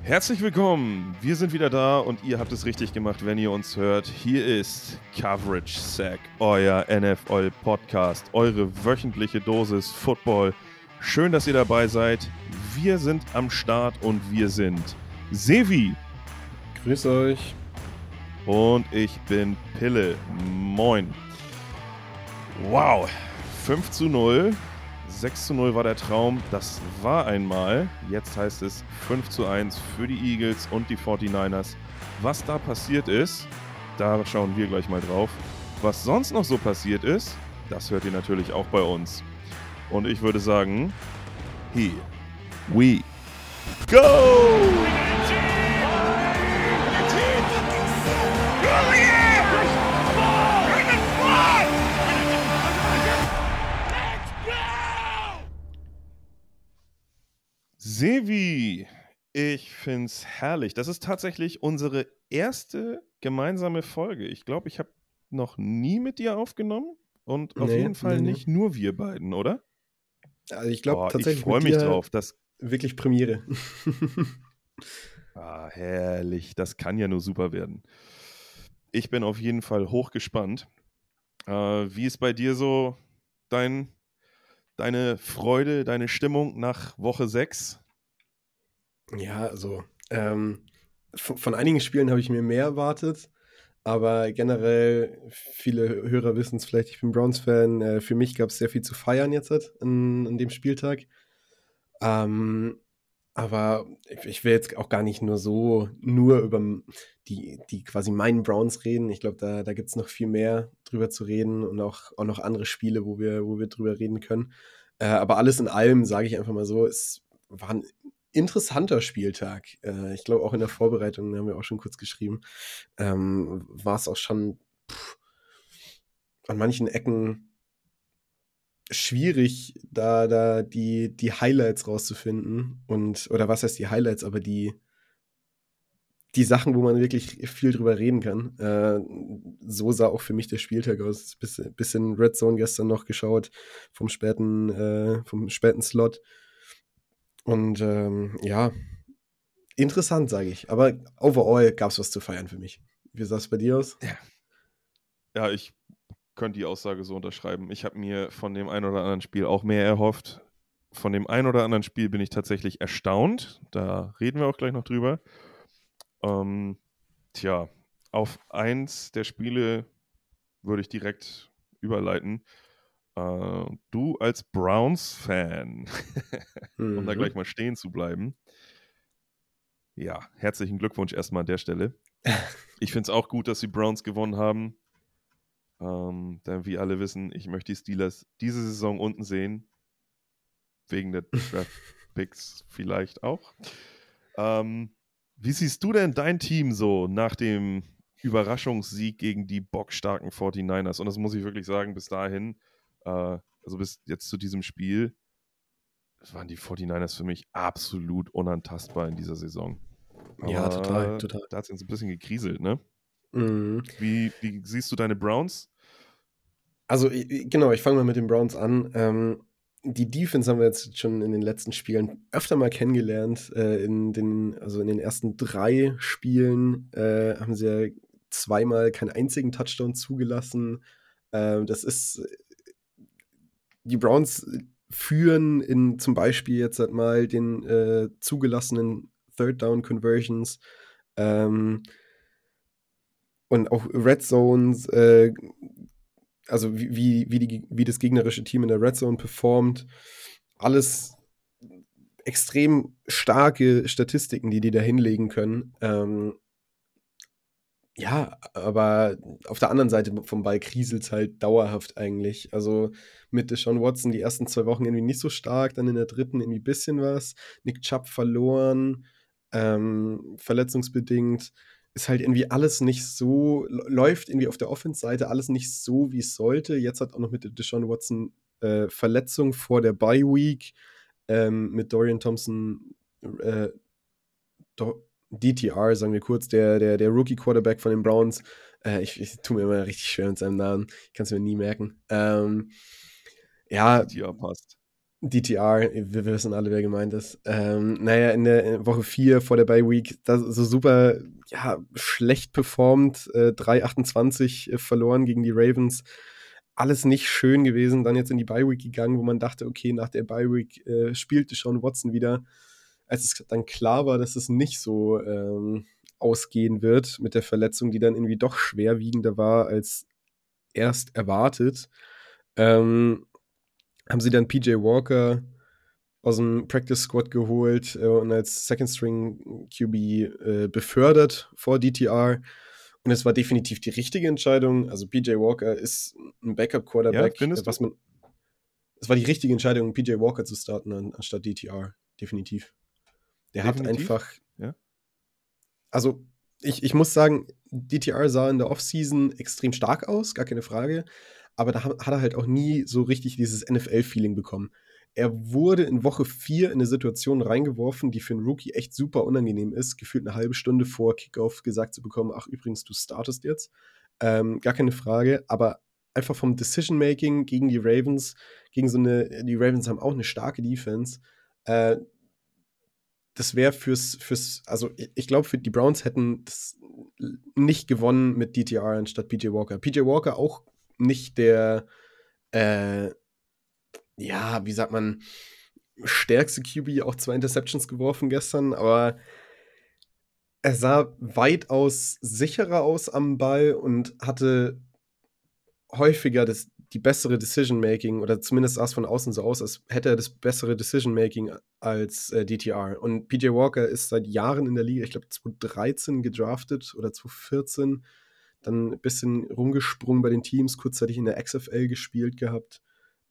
Herzlich willkommen, wir sind wieder da und ihr habt es richtig gemacht, wenn ihr uns hört. Hier ist Coverage Sack, euer NFL-Podcast, eure wöchentliche Dosis Football. Schön, dass ihr dabei seid. Wir sind am Start und wir sind Sevi. Grüß euch. Und ich bin Pille. Moin. Wow, 5-0. 6-0 war der Traum, das war einmal. Jetzt heißt es 5-1 für die Eagles und die 49ers. Was da passiert ist, da schauen wir gleich mal drauf. Was sonst noch so passiert ist, das hört ihr natürlich auch bei uns. Und ich würde sagen, here we go! Sevi, ich find's herrlich. Das ist tatsächlich unsere erste gemeinsame Folge. Ich glaube, ich habe noch nie mit dir aufgenommen und auf jeden Fall nicht nur wir beiden, oder? Also ich glaube tatsächlich ich freue mich drauf. Wirklich Premiere. Herrlich. Das kann ja nur super werden. Ich bin auf jeden Fall hochgespannt. Wie ist bei dir so deine Freude, deine Stimmung nach Woche 6? Ja, also von einigen Spielen habe ich mir mehr erwartet, aber generell, viele Hörer wissen es vielleicht, ich bin Browns-Fan. Für mich gab es sehr viel zu feiern jetzt an dem Spieltag. Aber ich will jetzt auch gar nicht nur über die quasi meinen Browns reden. Ich glaube, da gibt es noch viel mehr drüber zu reden und auch noch andere Spiele, wo wir drüber reden können. Aber alles in allem, sage ich einfach mal so, es war ein interessanter Spieltag. Ich glaube, auch in der Vorbereitung, haben wir auch schon kurz geschrieben, war es auch schon an manchen Ecken schwierig, da die Highlights rauszufinden oder was heißt die Highlights, aber die Sachen, wo man wirklich viel drüber reden kann. So sah auch für mich der Spieltag aus. Bisschen Red Zone gestern noch geschaut vom späten Slot. Und ja, interessant, sage ich. Aber overall gab es was zu feiern für mich. Wie sah es bei dir aus? Ja, ich könnte die Aussage so unterschreiben. Ich habe mir von dem einen oder anderen Spiel auch mehr erhofft. Von dem einen oder anderen Spiel bin ich tatsächlich erstaunt. Da reden wir auch gleich noch drüber. Auf eins der Spiele würde ich direkt überleiten. Du als Browns-Fan, um da gleich mal stehen zu bleiben. Ja, herzlichen Glückwunsch erstmal an der Stelle. Ich finde es auch gut, dass die Browns gewonnen haben. Denn wie alle wissen, ich möchte die Steelers diese Saison unten sehen. Wegen der Draft-Picks vielleicht auch. Wie siehst du denn dein Team so nach dem Überraschungssieg gegen die bockstarken 49ers? Und das muss ich wirklich sagen, bis dahin, also bis jetzt zu diesem Spiel, waren die 49ers für mich absolut unantastbar in dieser Saison. Aber ja, total. Da hat es uns ein bisschen gekriselt, ne? Mhm. Wie siehst du deine Browns? Also, genau, ich fange mal mit den Browns an. Die Defense haben wir jetzt schon in den letzten Spielen öfter mal kennengelernt. In den ersten 3 Spielen haben sie ja zweimal keinen einzigen Touchdown zugelassen. Die Browns führen in zum Beispiel jetzt halt mal den zugelassenen Third Down Conversions und auch Red Zones, also wie das gegnerische Team in der Red Zone performt. Alles extrem starke Statistiken, die da hinlegen können. Ja, aber auf der anderen Seite vom Ball kriselt es halt dauerhaft eigentlich. Also mit Deshaun Watson die ersten 2 Wochen irgendwie nicht so stark, dann in der dritten irgendwie ein bisschen was. Nick Chubb verloren, verletzungsbedingt. Ist halt irgendwie alles nicht so, läuft irgendwie auf der Offense-Seite alles nicht so, wie es sollte. Jetzt hat auch noch mit der Deshaun Watson Verletzung vor der Bye-Week mit Dorian Thompson DTR, sagen wir kurz, der Rookie-Quarterback von den Browns. Ich tue mir immer richtig schwer mit seinem Namen. Ich kann es mir nie merken. Ja. DTR passt. DTR, wir wissen alle, wer gemeint ist. Naja, in der Woche 4 vor der Bye Week, da so super, ja, schlecht performt, 3:28 verloren gegen die Ravens. Alles nicht schön gewesen. Dann jetzt in die Bye Week gegangen, wo man dachte, okay, nach der Bye Week spielt Deshaun Watson wieder. Als es dann klar war, dass es nicht so ausgehen wird mit der Verletzung, die dann irgendwie doch schwerwiegender war als erst erwartet, haben sie dann PJ Walker aus dem Practice Squad geholt und als Second String QB befördert vor DTR. Und es war definitiv die richtige Entscheidung. Also PJ Walker ist ein Backup-Quarterback. Ja, findest du? Es war die richtige Entscheidung, PJ Walker zu starten anstatt DTR. Definitiv. Der hat einfach. Ja. Also, ich muss sagen, DTR sah in der Offseason extrem stark aus, gar keine Frage. Aber da hat er halt auch nie so richtig dieses NFL-Feeling bekommen. Er wurde in Woche 4 in eine Situation reingeworfen, die für einen Rookie echt super unangenehm ist, gefühlt eine halbe Stunde vor Kickoff gesagt zu bekommen, ach übrigens, du startest jetzt. Gar keine Frage, aber einfach vom Decision-Making gegen die Ravens, die Ravens haben auch eine starke Defense, das wäre also ich glaube, für die Browns hätten das nicht gewonnen mit DTR anstatt PJ Walker. PJ Walker auch nicht der, ja, wie sagt man, stärkste QB, auch 2 Interceptions geworfen gestern, aber er sah weitaus sicherer aus am Ball und hatte häufiger die bessere Decision-Making, oder zumindest sah es von außen so aus, als hätte er das bessere Decision-Making als DTR. Und PJ Walker ist seit Jahren in der Liga, ich glaube 2013 gedraftet oder 2014, dann ein bisschen rumgesprungen bei den Teams, kurzzeitig in der XFL gespielt gehabt.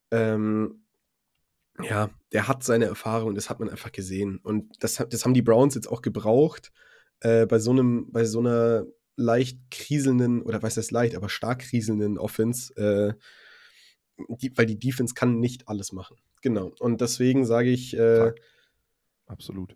Ja, der hat seine Erfahrung, das hat man einfach gesehen. Und das haben die Browns jetzt auch gebraucht, bei so einer leicht kriselnden, oder was heißt leicht, aber stark kriselnden Offense, weil die Defense kann nicht alles machen. Genau. Und deswegen sage ich, absolut.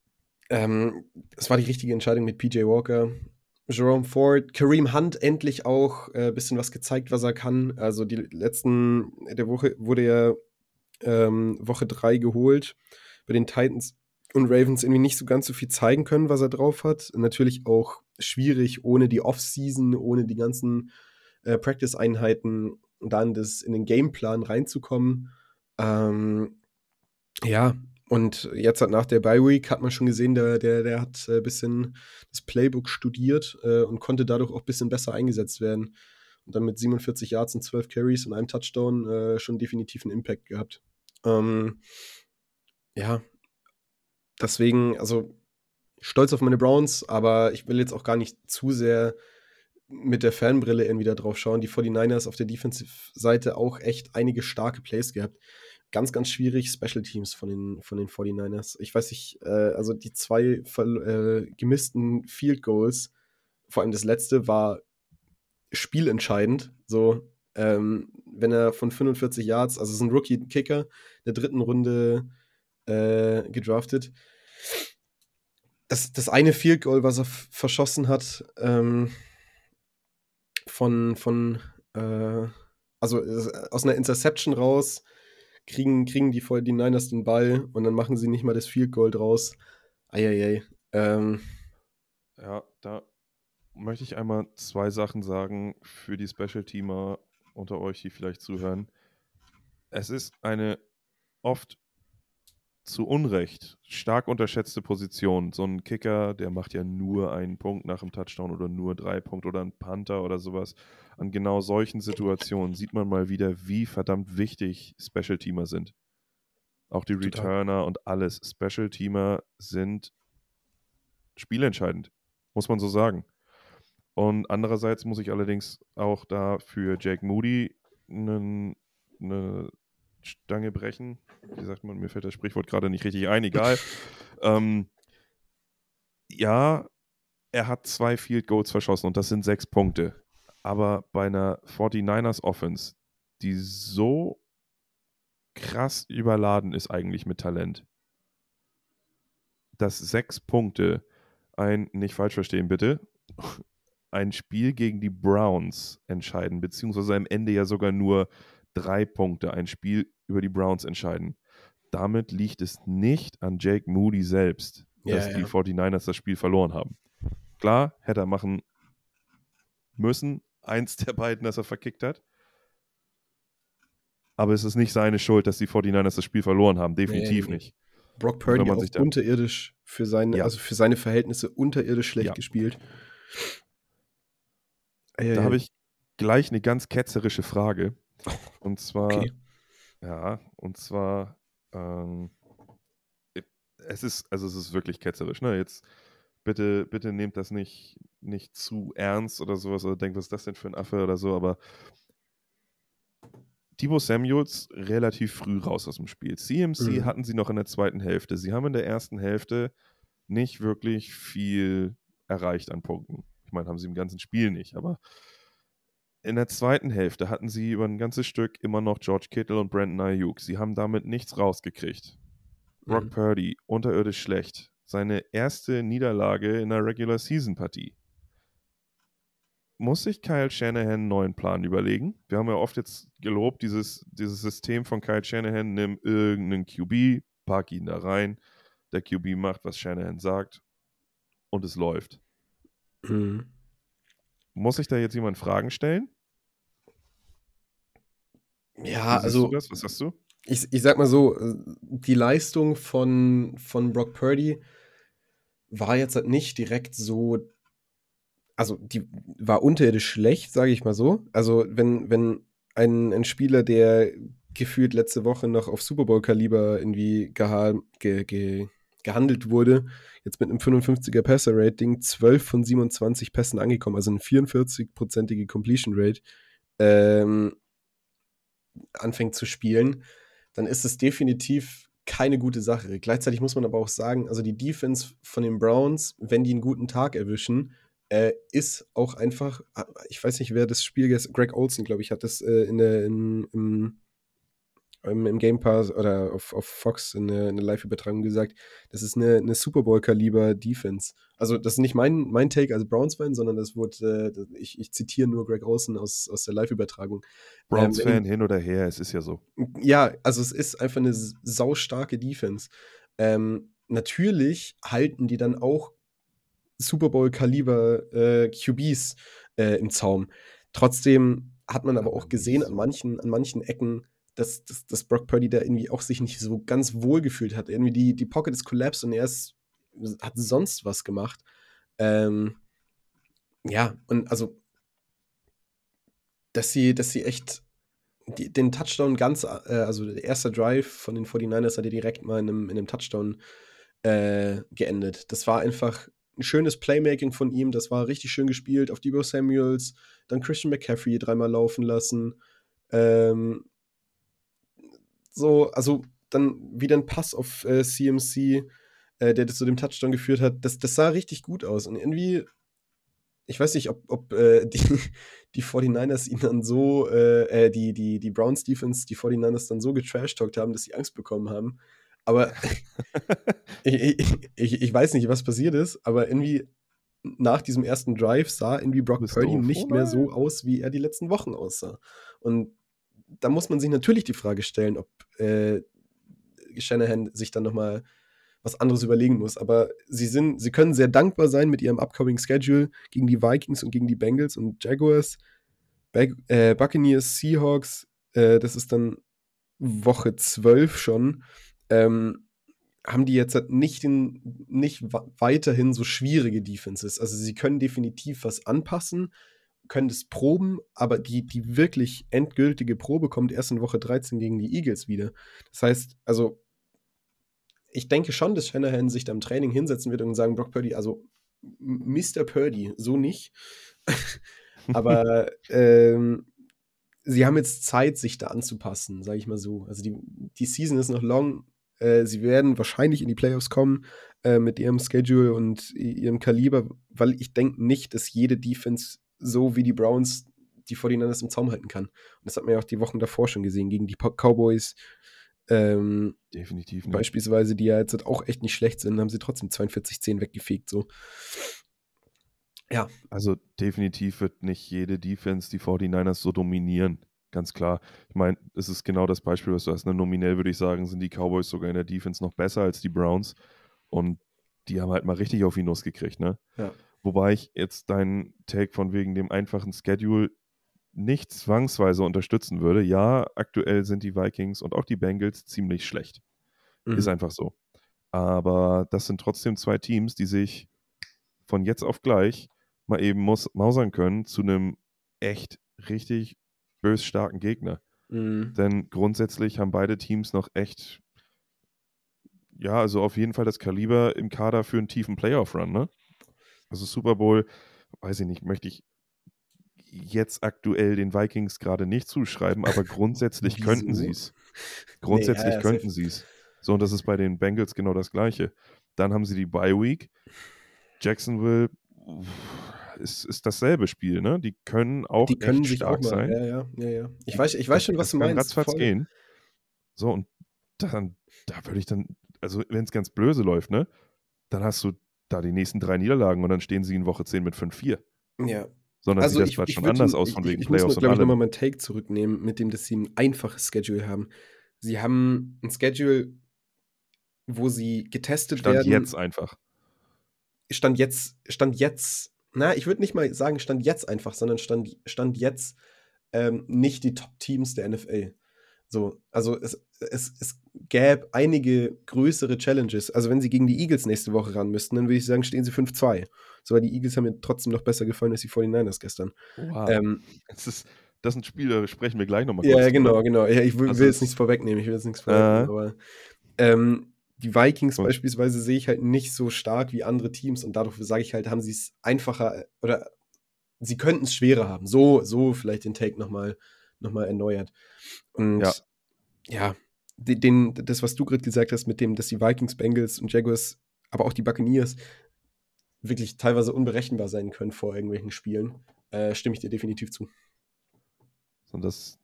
Es war die richtige Entscheidung mit PJ Walker. Jerome Ford, Kareem Hunt endlich auch ein bisschen was gezeigt, was er kann. Also der Woche wurde ja Woche 3 geholt. Bei den Titans und Ravens irgendwie nicht so ganz so viel zeigen können, was er drauf hat. Natürlich auch schwierig ohne die Offseason, ohne die ganzen Practice-Einheiten dann in den Gameplan reinzukommen. Ja, und jetzt nach der Bye-Week hat man schon gesehen, der hat ein bisschen das Playbook studiert und konnte dadurch auch ein bisschen besser eingesetzt werden. Und dann mit 47 Yards und 12 Carries und einem Touchdown schon definitiv einen Impact gehabt. Ja, deswegen, also stolz auf meine Browns, aber ich will jetzt auch gar nicht zu sehr mit der Fanbrille irgendwie da drauf schauen. Die 49ers auf der Defensive-Seite auch echt einige starke Plays gehabt. Ganz, ganz schwierig Special Teams von den 49ers. Ich weiß nicht, also die 2 gemissten Field Goals, vor allem das letzte, war spielentscheidend. So, wenn er von 45 Yards, also es ist ein Rookie-Kicker, der 3. Runde gedraftet. Das eine Field Goal, was er verschossen hat, also aus einer Interception raus, kriegen die 49ers den Ball und dann machen sie nicht mal das Field Goal draus. Eieiei. Ja, da möchte ich einmal 2 Sachen sagen für die Special-Teamer unter euch, die vielleicht zuhören. Es ist eine oft zu Unrecht stark unterschätzte Position. So ein Kicker, der macht ja nur einen Punkt nach dem Touchdown oder nur 3 Punkte oder ein Panther oder sowas. An genau solchen Situationen sieht man mal wieder, wie verdammt wichtig Special-Teamer sind. Auch die Returner und alles. Special-Teamer sind spielentscheidend, muss man so sagen. Und andererseits muss ich allerdings auch da für Jake Moody eine Stange brechen. Wie sagt man, mir fällt das Sprichwort gerade nicht richtig ein, egal. Ja, er hat 2 Field Goals verschossen und das sind 6 Punkte. Aber bei einer 49ers Offense, die so krass überladen ist eigentlich mit Talent, dass 6 Punkte nicht falsch verstehen bitte, ein Spiel gegen die Browns entscheiden, beziehungsweise am Ende ja sogar nur 3 Punkte ein Spiel über die Browns entscheiden. damit liegt es nicht an Jake Moody selbst, dass die 49ers das Spiel verloren haben. Klar, hätte er machen müssen, eins der beiden, das er verkickt hat. Aber es ist nicht seine Schuld, dass die 49ers das Spiel verloren haben. Definitiv nicht. Brock Purdy auch unterirdisch für seine Verhältnisse unterirdisch schlecht gespielt. Da habe ich gleich eine ganz ketzerische Frage. Und zwar, es ist wirklich ketzerisch, ne? Jetzt bitte nehmt das nicht zu ernst oder sowas oder denkt, was ist das denn für ein Affe oder so, aber Deebo Samuels relativ früh raus aus dem Spiel. CMC hatten sie noch in der zweiten Hälfte. Sie haben in der ersten Hälfte nicht wirklich viel erreicht an Punkten. Ich meine, haben sie im ganzen Spiel nicht, aber in der zweiten Hälfte hatten sie über ein ganzes Stück immer noch George Kittle und Brandon Ayuk. Sie haben damit nichts rausgekriegt. Brock Purdy, unterirdisch schlecht. Seine erste Niederlage in einer Regular-Season-Partie. Muss sich Kyle Shanahan einen neuen Plan überlegen? Wir haben ja oft jetzt gelobt, dieses System von Kyle Shanahan, nimm irgendeinen QB, pack ihn da rein, der QB macht, was Shanahan sagt und es läuft. Muss sich da jetzt jemand Fragen stellen? Ja, also was sagst du? Ich sag mal so, die Leistung von Brock Purdy war jetzt halt nicht direkt so, also die war unterirdisch schlecht, sage ich mal so. Also wenn ein Spieler, der gefühlt letzte Woche noch auf Super Bowl-Kaliber irgendwie gehandelt wurde, jetzt mit einem 55er Passer-Rating, 12 von 27 Pässen angekommen, also eine 44%ige Completion Rate, anfängt zu spielen, dann ist es definitiv keine gute Sache. Gleichzeitig muss man aber auch sagen, also die Defense von den Browns, wenn die einen guten Tag erwischen, ist auch einfach, ich weiß nicht, wer das Spiel, Greg Olsen, glaube ich, hat das im Game Pass oder auf Fox in der Live-Übertragung gesagt, das ist eine Super Bowl-Kaliber Defense. Also das ist nicht mein Take als Browns-Fan, sondern das wurde, ich zitiere nur Greg Olsen aus der Live-Übertragung. Browns-Fan hin oder her, es ist ja so. Ja, also es ist einfach eine saustarke Defense. Natürlich halten die dann auch Super Bowl-Kaliber QBs im Zaum. Trotzdem hat man aber auch gesehen an manchen Ecken, dass Brock Purdy da irgendwie auch sich nicht so ganz wohl gefühlt hat. Irgendwie die Pocket ist collapsed und er hat sonst was gemacht. Ja, und also dass sie echt den Touchdown also der erste Drive von den 49ers hat ja direkt mal in einem Touchdown geendet. Das war einfach ein schönes Playmaking von ihm, das war richtig schön gespielt auf Deebo Samuels, dann Christian McCaffrey dreimal laufen lassen. Also dann wieder ein Pass auf CMC, der das zu dem Touchdown geführt hat. Das sah richtig gut aus und irgendwie, ich weiß nicht, ob die 49ers ihn dann so, die Browns Defense, die 49ers dann so getrashtalkt haben, dass sie Angst bekommen haben. Aber ich weiß nicht, was passiert ist, aber irgendwie nach diesem ersten Drive sah irgendwie Brock Purdy nicht mehr so aus, wie er die letzten Wochen aussah. Und da muss man sich natürlich die Frage stellen, ob Shanahan sich dann nochmal was anderes überlegen muss. Aber sie können sehr dankbar sein mit ihrem upcoming Schedule gegen die Vikings und gegen die Bengals und Jaguars, Buccaneers, Seahawks, das ist dann Woche 12 schon, haben die jetzt halt nicht weiterhin so schwierige Defenses. Also sie können definitiv was anpassen, können das proben, aber die wirklich endgültige Probe kommt erst in Woche 13 gegen die Eagles wieder. Das heißt, also ich denke schon, dass Shanahan sich da im Training hinsetzen wird und sagen, Brock Purdy, also Mr. Purdy, so nicht. Aber sie haben jetzt Zeit, sich da anzupassen, sage ich mal so. Also die Season ist noch long. Sie werden wahrscheinlich in die Playoffs kommen mit ihrem Schedule und ihrem Kaliber, weil ich denke nicht, dass jede Defense so wie die Browns die 49ers im Zaum halten kann. Und das hat man ja auch die Wochen davor schon gesehen, gegen die Cowboys. Definitiv nicht. Beispielsweise, die ja jetzt auch echt nicht schlecht sind, haben sie trotzdem 42-10 weggefegt. So. Ja. Also definitiv wird nicht jede Defense die 49ers so dominieren. ganz klar. Ich meine, es ist genau das Beispiel, was du hast. Nominell würde ich sagen, sind die Cowboys sogar in der Defense noch besser als die Browns. Und die haben halt mal richtig auf die Nuss gekriegt, ne? Ja. Wobei ich jetzt deinen Take von wegen dem einfachen Schedule nicht zwangsweise unterstützen würde. Ja, aktuell sind die Vikings und auch die Bengals ziemlich schlecht. Ist einfach so. Aber das sind trotzdem zwei Teams, die sich von jetzt auf gleich mal eben mausern können zu einem echt richtig bös starken Gegner. Denn grundsätzlich haben beide Teams noch echt, ja, also auf jeden Fall das Kaliber im Kader für einen tiefen Playoff-Run, ne? Also Super Bowl, weiß ich nicht, möchte ich jetzt aktuell den Vikings gerade nicht zuschreiben, aber grundsätzlich könnten sie es. Grundsätzlich könnten sie es. So, und das ist bei den Bengals genau das Gleiche. Dann haben sie die Bye-Week. Jacksonville ist dasselbe Spiel, ne? Die können auch Die können echt sich auch stark mal, sein. ja. Ich weiß schon, was Das du kann meinst. ratzfatz Voll. gehen. So, und da würde ich dann, also wenn es ganz böse läuft, ne? Dann hast du da die nächsten 3 Niederlagen und dann stehen sie in Woche 10 mit 5-4. Ja. Sondern Also sieht das Blatt schon anders aus von wegen ich muss, Playoffs und glaube ich, nochmal allem. meinen Take zurücknehmen, mit dem, dass sie ein einfaches Schedule haben. Sie haben ein Schedule, wo sie getestet Stand werden. jetzt einfach. Stand jetzt, na, ich würde nicht mal sagen Stand jetzt einfach, sondern Stand jetzt nicht die Top-Teams der NFL. So, also es gäbe einige größere Challenges. Also wenn sie gegen die Eagles nächste Woche ran müssten, dann würde ich sagen, stehen sie 5-2. So, weil die Eagles haben mir trotzdem noch besser gefallen als die 49ers gestern. Wow. Das sind Spiele, da sprechen wir gleich nochmal Ja, kurz drüber. genau. Ja, ich will Das jetzt ist, nichts vorwegnehmen, aber die Vikings und beispielsweise sehe ich halt nicht so stark wie andere Teams und dadurch sage ich halt, haben sie es einfacher oder sie könnten es schwerer haben. So vielleicht den Take nochmal erneuert. Und ja, das, was du gerade gesagt hast, mit dem, dass die Vikings, Bengals und Jaguars, aber auch die Buccaneers wirklich teilweise unberechenbar sein können vor irgendwelchen Spielen, stimme ich dir definitiv zu. Und das,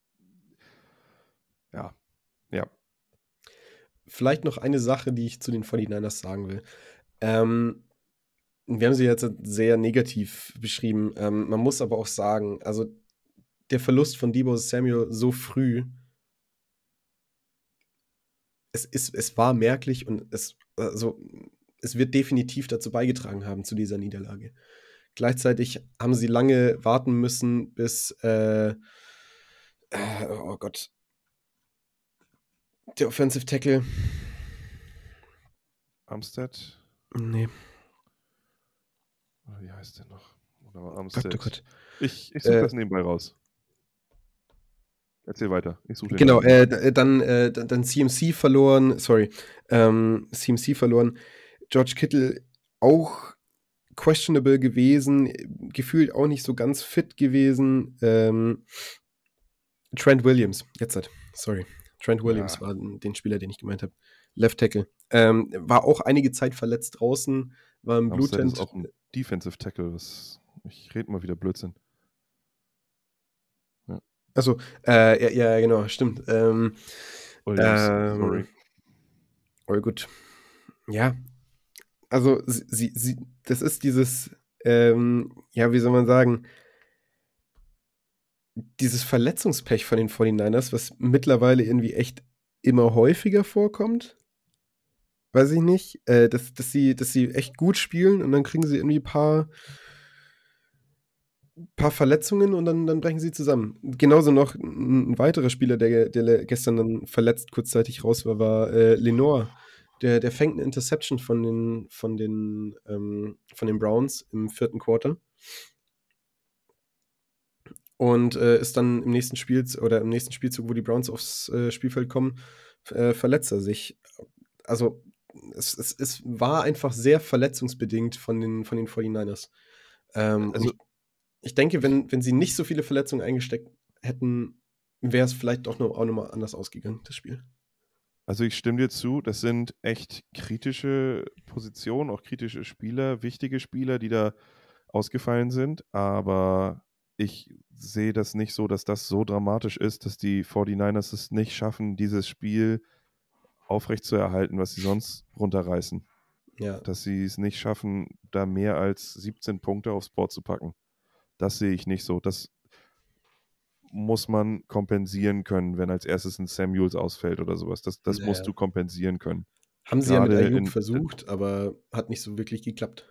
ja. Vielleicht noch eine Sache, die ich zu den 49ers sagen will. Wir haben sie jetzt sehr negativ beschrieben. Man muss aber auch sagen, also der Verlust von Deebo Samuel so früh, es war merklich und es wird definitiv dazu beigetragen haben zu dieser Niederlage. Gleichzeitig haben sie lange warten müssen, bis oh Gott, der Offensive Tackle. Armstead? Nee. Wie heißt der noch? Oder war Armstead? Oh Gott. Ich suche das nebenbei raus. Erzähl weiter. Ich suche den Genau, Namen. dann CMC verloren. Sorry. CMC verloren. George Kittle auch questionable gewesen. Gefühlt auch nicht so ganz fit gewesen. Trent Williams. Sorry. Trent Williams war den Spieler, den ich gemeint habe. Left Tackle. War auch einige Zeit verletzt draußen. War im Armstead Blutend. ist auch ein Defensive Tackle. Ich rede mal wieder Blödsinn. Ja. Achso, ja, genau, stimmt. Williams, sorry. Oh, gut. Ja, also das ist dieses, ja, wie soll man sagen, dieses Verletzungspech von den 49ers, was mittlerweile irgendwie echt immer häufiger vorkommt. Weiß ich nicht, dass sie echt gut spielen und dann kriegen sie irgendwie ein paar Verletzungen und dann brechen sie zusammen. Genauso noch ein weiterer Spieler, der gestern dann verletzt kurzzeitig raus war Lenoir. Der fängt eine Interception von den Browns im 4. Quarter und ist dann im nächsten Spielzug, wo die Browns aufs Spielfeld kommen, verletzt er sich. Also es war einfach sehr verletzungsbedingt von den 49ers. Also, ich denke, wenn sie nicht so viele Verletzungen eingesteckt hätten, wäre es vielleicht auch nochmal anders ausgegangen, das Spiel. Also ich stimme dir zu, das sind echt kritische Positionen, auch kritische Spieler, wichtige Spieler, die da ausgefallen sind, aber ich sehe das nicht so, dass das so dramatisch ist, dass die 49ers es nicht schaffen, dieses Spiel aufrechtzuerhalten, was sie sonst runterreißen. Ja. Dass sie es nicht schaffen, da mehr als 17 Punkte aufs Board zu packen. Das sehe ich nicht so. Das muss man kompensieren können, wenn als erstes ein Samuels ausfällt oder sowas. Das musst Ja. du kompensieren können. Haben sie ja mit Gerade Ayuk versucht, aber hat nicht so wirklich geklappt.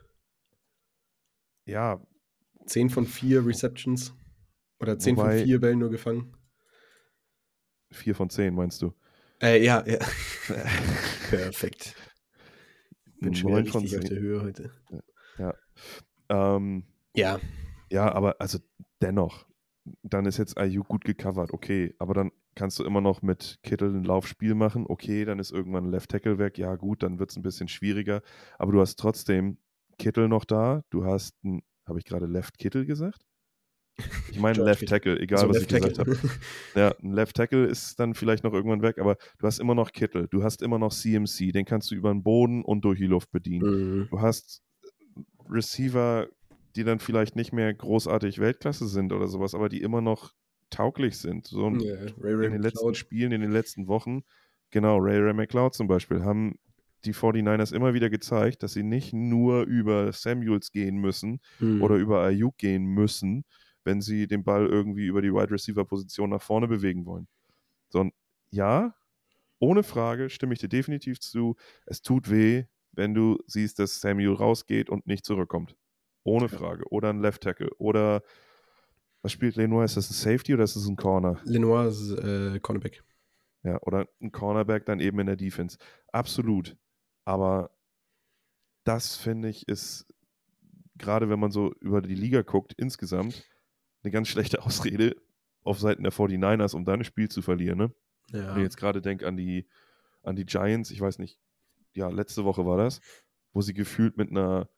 Ja. 10 von 4 Receptions. Oder 10 von Wobei 4 Bällen nur gefangen. 4 von 10 meinst du? Ja. Perfekt. Bin schon wieder 9 von richtig auf 10. der Höhe heute. Ja. Ja. Ja, aber also dennoch, dann ist jetzt Ayuk gut gecovert, okay, aber dann kannst du immer noch mit Kittel ein Laufspiel machen, okay, dann ist irgendwann ein Left Tackle weg, ja gut, dann wird es ein bisschen schwieriger, aber du hast trotzdem Kittel noch da, du hast habe ich gerade Left Kittel gesagt? Ich meine George Left Kittle. Tackle, egal Also was Left ich gesagt Tackle. habe. Ja, ein Left Tackle ist dann vielleicht noch irgendwann weg, aber du hast immer noch Kittel, du hast immer noch CMC, den kannst du über den Boden und durch die Luft bedienen. Mhm. Du hast Receiver, die dann vielleicht nicht mehr großartig Weltklasse sind oder sowas, aber die immer noch tauglich sind. So Ja, in den letzten Spielen, in den letzten Wochen, genau, Ray McLeod zum Beispiel, haben die 49ers immer wieder gezeigt, dass sie nicht nur über Samuels gehen müssen oder über Ayuk gehen müssen, wenn sie den Ball irgendwie über die Wide Receiver Position nach vorne bewegen wollen. Sondern ja, ohne Frage stimme ich dir definitiv zu. Es tut weh, wenn du siehst, dass Samuel rausgeht und nicht zurückkommt. Ohne Frage. Oder ein Left Tackle. Oder was spielt Lenoir? Ist das ein Safety oder ist das ein Corner? Lenoir ist Cornerback. Ja, oder ein Cornerback dann eben in der Defense. Absolut. Aber das, finde ich, ist, gerade wenn man so über die Liga guckt, insgesamt eine ganz schlechte Ausrede auf Seiten der 49ers, um dann ein Spiel zu verlieren. Ne? Ja. Wenn ich jetzt gerade denke an die Giants, ich weiß nicht, ja, letzte Woche war das, wo sie gefühlt mit einer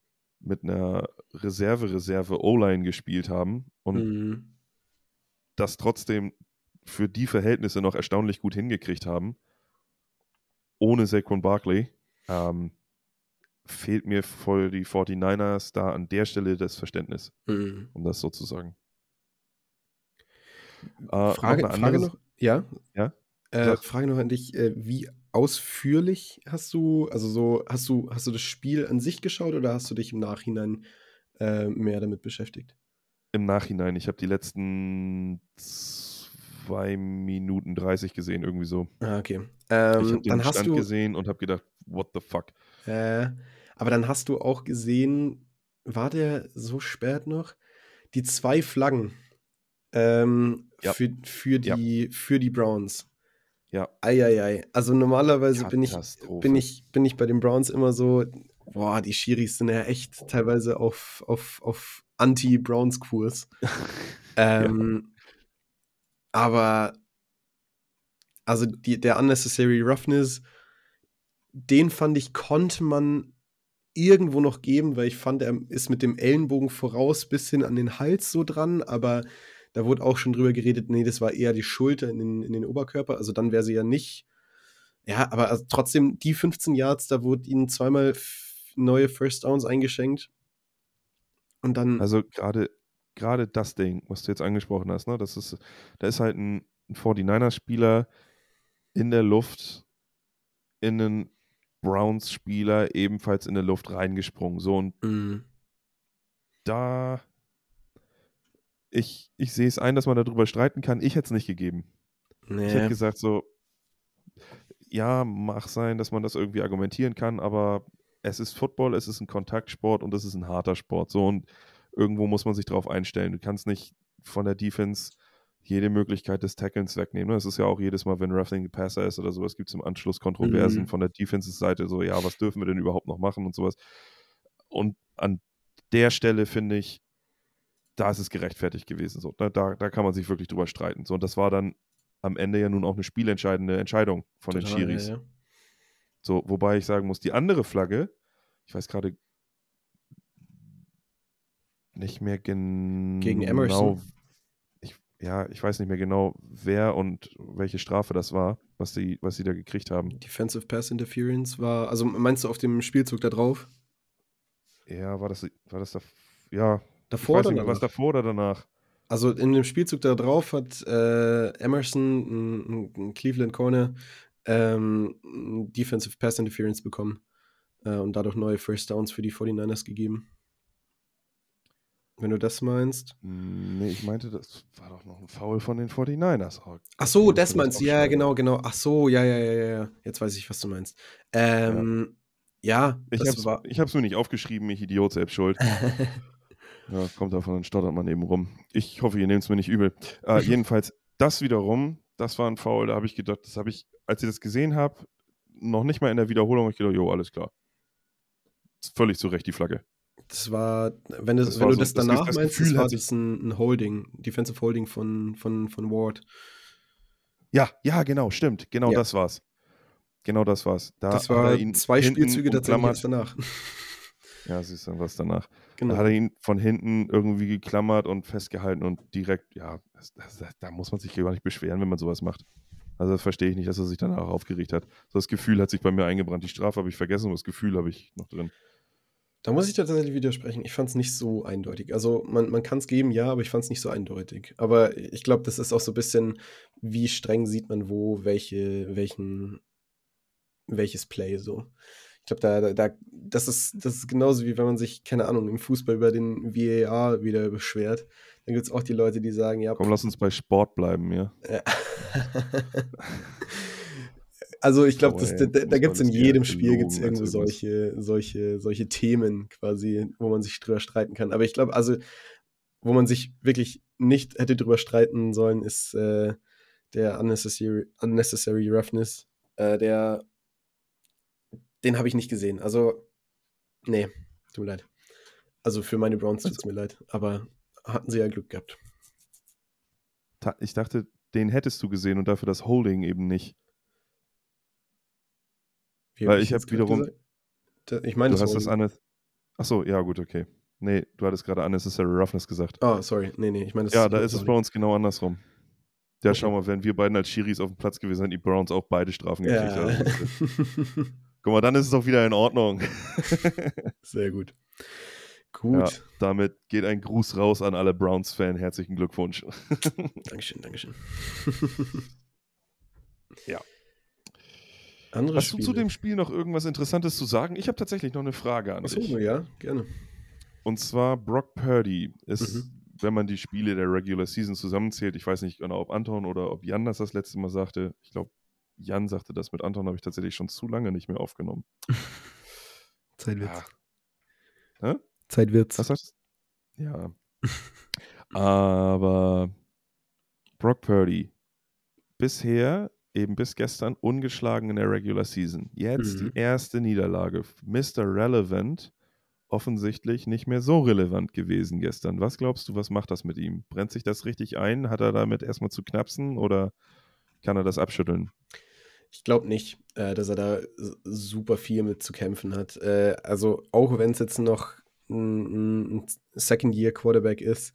Reserve O-Line gespielt haben und das trotzdem für die Verhältnisse noch erstaunlich gut hingekriegt haben, ohne Saquon Barkley, fehlt mir voll die 49ers da an der Stelle das Verständnis, um das so zu sagen. Frage noch, ja? Ja? Frage noch an dich, wie ausführlich hast du das Spiel an sich geschaut oder hast du dich im Nachhinein mehr damit beschäftigt? Im Nachhinein, ich habe die letzten 2 Minuten 30 gesehen, irgendwie so. Okay. Ich habe den Dann hast Stand du gesehen und habe gedacht, what the fuck? aber dann hast du auch gesehen, war der so spät noch? Die 2 Flaggen Ja. für die Browns. Ja. Also normalerweise bin ich Katastrophe. bei den Browns immer so, boah, die Schiris sind ja echt teilweise auf Anti-Browns-Kurs. Aber also der Unnecessary Roughness, den fand ich, konnte man irgendwo noch geben, weil ich fand, er ist mit dem Ellenbogen voraus bis hin an den Hals so dran, aber da wurde auch schon drüber geredet, nee, das war eher die Schulter in den Oberkörper, also dann wäre sie ja nicht. Ja, aber also trotzdem, die 15 Yards, da wurde ihnen zweimal neue First Downs eingeschenkt. Und dann. Also gerade das Ding, was du jetzt angesprochen hast, ne, da ist halt ein 49ers-Spieler in der Luft in einen Browns-Spieler ebenfalls in der Luft reingesprungen. So, und da ich sehe es ein, dass man darüber streiten kann. Ich hätte es nicht gegeben. Nee. Ich hätte gesagt so, ja, mag sein, dass man das irgendwie argumentieren kann, aber es ist Football, es ist ein Kontaktsport und es ist ein harter Sport. So, und irgendwo muss man sich drauf einstellen. Du kannst nicht von der Defense jede Möglichkeit des Tacklens wegnehmen. Es ist ja auch jedes Mal, wenn Roughing Passer ist oder sowas, gibt es im Anschluss Kontroversen von der Defensive-Seite, so, ja, was dürfen wir denn überhaupt noch machen und sowas. Und an der Stelle finde ich, da ist es gerechtfertigt gewesen. So, da kann man sich wirklich drüber streiten. So, und das war dann am Ende ja nun auch eine spielentscheidende Entscheidung von den Schiris. Ja. So, wobei ich sagen muss, die andere Flagge, ich weiß gerade nicht mehr genau. Gegen Emerson. Ich weiß nicht mehr genau, wer und welche Strafe das war, was sie da gekriegt haben. Defensive Pass Interference war, also meinst du auf dem Spielzug da drauf? Ja, war das da, ja. Davor ich weiß nicht mehr, was davor oder danach? Also in dem Spielzug da drauf hat Emerson, ein Cleveland Corner, Defensive Pass Interference bekommen und dadurch neue First Downs für die 49ers gegeben. wenn du das meinst. Nee, ich meinte, das war doch noch ein Foul von den 49ers. Oh, Ach so, ich muss das mir das meinst du. Ja, aufschreiben. genau. Ach so, ja. Jetzt weiß ich, was du meinst. Ja. Ja, Ich das hab's, war. ich hab's mir nicht aufgeschrieben, ich Idiot, selbst schuld. Ja, kommt davon, dann stottert man eben rum. Ich hoffe, ihr nehmt es mir nicht übel. Jedenfalls, das wiederum, das war ein Foul, da habe ich gedacht, das habe ich, als ich das gesehen habe, noch nicht mal in der Wiederholung, hab ich gedacht, jo, alles klar. Ist völlig zu Recht die Flagge. Das war, wenn Das du war so, das danach das meinst, das Gefühl war hat sich, das ein Holding, Defensive Holding von Ward. ja, genau, stimmt, genau Ja, das war's. Genau das war's. Da das hat er war ihn 2 hinten Spielzüge tatsächlich erst umklammert. danach. Ja, siehst du, was danach. Da hat Genau. er ihn von hinten irgendwie geklammert und festgehalten und direkt, ja, da muss man sich gar nicht beschweren, wenn man sowas macht. Also das verstehe ich nicht, dass er sich danach aufgeregt hat. So, das Gefühl hat sich bei mir eingebrannt. Die Strafe habe ich vergessen und das Gefühl habe ich noch drin. Da muss ich tatsächlich widersprechen. Ich fand es nicht so eindeutig. Also, man kann es geben, ja, aber ich fand es nicht so eindeutig. Aber ich glaube, das ist auch so ein bisschen, wie streng sieht man wo welches Play so. Ich glaube, das ist genauso, wie wenn man sich, keine Ahnung, im Fußball über den VAR wieder beschwert. Dann gibt es auch die Leute, die sagen, ja, Komm, lass uns bei Sport bleiben, ja. ja. Also, ich glaube, Boah, ey, da gibt es Fußball in ist eher jedem Spiel gibt's gelogen als irgendwo irgendwas. solche Themen quasi, wo man sich drüber streiten kann. Aber ich glaube, also, wo man sich wirklich nicht hätte drüber streiten sollen, ist der Unnecessary Roughness. Den habe ich nicht gesehen. Also, nee, tut mir leid. Also für meine Browns tut Also, es mir leid, aber hatten sie ja Glück gehabt. ich dachte, den hättest du gesehen und dafür das Holding eben nicht. Wie habe Weil ich ich habe jetzt gerade wiederum, gesagt? Ich meine du das hast das Holding. Achso, ja, gut, okay. Nee, du hattest gerade Unnecessary Roughness gesagt. Ah, sorry. Nee, ich meine Ja, das da ist es bei Holding. uns genau andersrum. Ja, Okay. schau mal, wenn wir beiden als Schiris auf dem Platz gewesen sind, die Browns auch beide Strafen gekriegt. Ja. Also, guck mal, dann ist es auch wieder in Ordnung. Sehr gut. Ja, Gut. damit geht ein Gruß raus an alle Browns-Fan. Herzlichen Glückwunsch. Dankeschön. Ja. Andere Hast du zu Spiele. dem Spiel noch irgendwas Interessantes zu sagen? Ich habe tatsächlich noch eine Frage an Achso, dich. ja, gerne. Und zwar Brock Purdy ist, Mhm. wenn man die Spiele der Regular Season zusammenzählt, ich weiß nicht genau, ob Anton oder ob Jan das letzte Mal sagte. Ich glaube, Jan sagte das, mit Anton habe ich tatsächlich schon zu lange nicht mehr aufgenommen. Zeit Ja. wird's. Hä? Zeit wird's. Was sagst du? Ja. Aber Brock Purdy bisher, eben bis gestern, ungeschlagen in der Regular Season. Jetzt die Mhm. erste Niederlage. Mr. Relevant, offensichtlich nicht mehr so relevant gewesen gestern. Was glaubst du, was macht das mit ihm? Brennt sich das richtig ein? Hat er damit erstmal zu knapsen oder kann er das abschütteln? Ich glaube nicht, dass er da super viel mit zu kämpfen hat. Also auch wenn es jetzt noch ein Second-Year-Quarterback ist,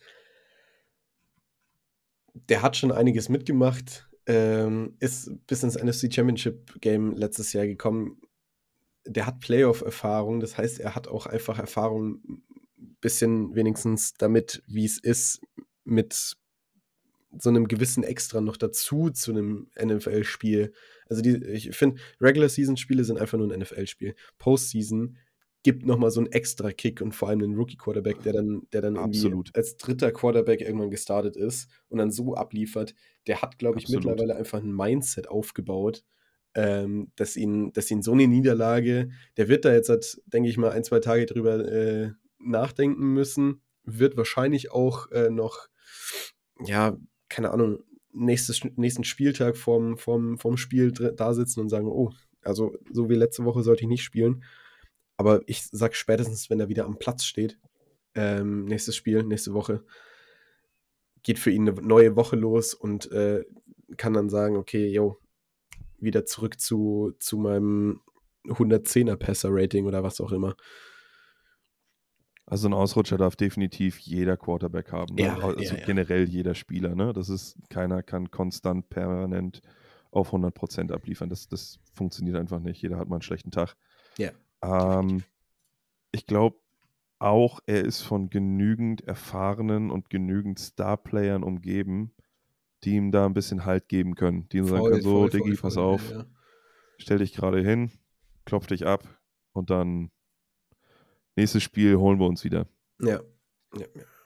der hat schon einiges mitgemacht, ist bis ins NFC Championship Game letztes Jahr gekommen. Der hat Playoff-Erfahrung, das heißt, er hat auch einfach Erfahrung, ein bisschen wenigstens damit, wie es ist, mit so einem gewissen Extra noch dazu zu einem NFL-Spiel. Also ich finde, Regular-Season-Spiele sind einfach nur ein NFL-Spiel. Postseason gibt nochmal so einen extra Kick und vor allem einen Rookie-Quarterback, der dann irgendwie Absolut. als dritter Quarterback irgendwann gestartet ist und dann so abliefert, der hat, glaube ich, Absolut. mittlerweile einfach ein Mindset aufgebaut, dass ihn so eine Niederlage, der wird da jetzt, denke ich mal, 1, 2 Tage drüber nachdenken müssen, wird wahrscheinlich auch noch, ja, keine Ahnung, nächsten Spieltag vorm Spiel da sitzen und sagen, oh, also so wie letzte Woche sollte ich nicht spielen. Aber ich sag spätestens, wenn er wieder am Platz steht, nächstes Spiel, nächste Woche, geht für ihn eine neue Woche los und kann dann sagen, okay, yo, wieder zurück zu meinem 110er Passer-Rating oder was auch immer. Also ein Ausrutscher darf definitiv jeder Quarterback haben. Ne? Ja. Also generell jeder Spieler. Ne? Das ist, keiner kann konstant, permanent auf 100% abliefern. Das funktioniert einfach nicht. Jeder hat mal einen schlechten Tag. Ja. Ich glaube auch, er ist von genügend erfahrenen und genügend Star-Playern umgeben, die ihm da ein bisschen Halt geben können. Die ihm sagen können, so, Diggi, pass auf, Ja. stell dich gerade hin, klopf dich ab und dann nächstes Spiel holen wir uns wieder. Ja.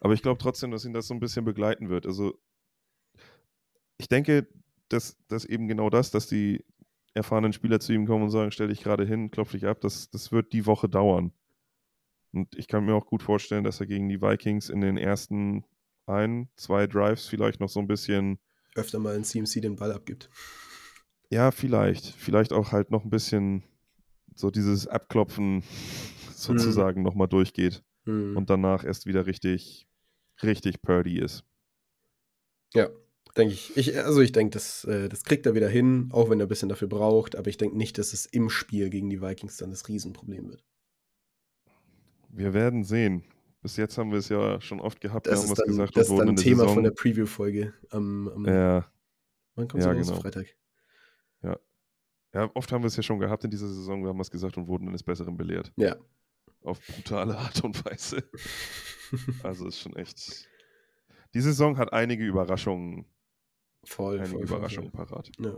Aber ich glaube trotzdem, dass ihn das so ein bisschen begleiten wird. Also ich denke, dass eben genau das, dass die erfahrenen Spieler zu ihm kommen und sagen, stell dich gerade hin, klopf dich ab, das wird die Woche dauern. Und ich kann mir auch gut vorstellen, dass er gegen die Vikings in den ersten 2 Drives vielleicht noch so ein bisschen öfter mal in CMC den Ball abgibt. Ja, vielleicht auch halt noch ein bisschen so dieses Abklopfen sozusagen nochmal durchgeht und danach erst wieder richtig Purdy ist. Ja, denke ich. Ich denke, das kriegt er wieder hin, auch wenn er ein bisschen dafür braucht, aber ich denke nicht, dass es im Spiel gegen die Vikings dann das Riesenproblem wird. Wir werden sehen. Bis jetzt haben wir es ja schon oft gehabt, wir haben was gesagt das und ist dann wurden ein in der Thema Saison. von der Preview-Folge Ja, wann kommt ja, raus? genau. Freitag. Ja. Ja, oft haben wir es ja schon gehabt in dieser Saison, wir haben was gesagt und wurden eines Besseren belehrt. Ja. Auf brutale Art und Weise. Also ist schon echt. Die Saison hat einige Überraschungen. Voll. Parat. Ja.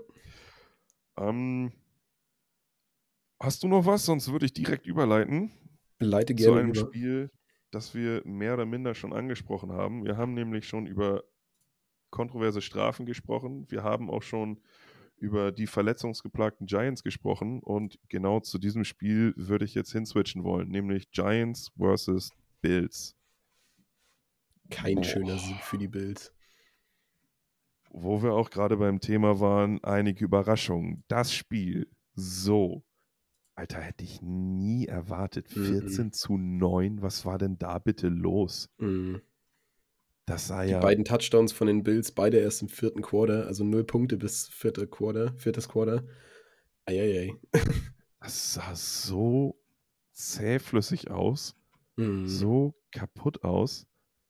Hast du noch was? Sonst würde ich direkt überleiten. Leite zu gerne einem über. Spiel, das wir mehr oder minder schon angesprochen haben. Wir haben nämlich schon über kontroverse Strafen gesprochen. Wir haben auch schon über die verletzungsgeplagten Giants gesprochen. Und genau zu diesem Spiel würde ich jetzt hinswitchen wollen, nämlich Giants versus Bills. Kein schöner Sieg für die Bills. Wo wir auch gerade beim Thema waren, einige Überraschungen. Das Spiel, so. Alter, hätte ich nie erwartet. 14-9, was war denn da bitte los? Das sah die beiden Touchdowns von den Bills, beide erst im 4. Quarter, also 0 Punkte bis 4. Quarter. Eieiei. Das sah so zähflüssig aus, so kaputt aus.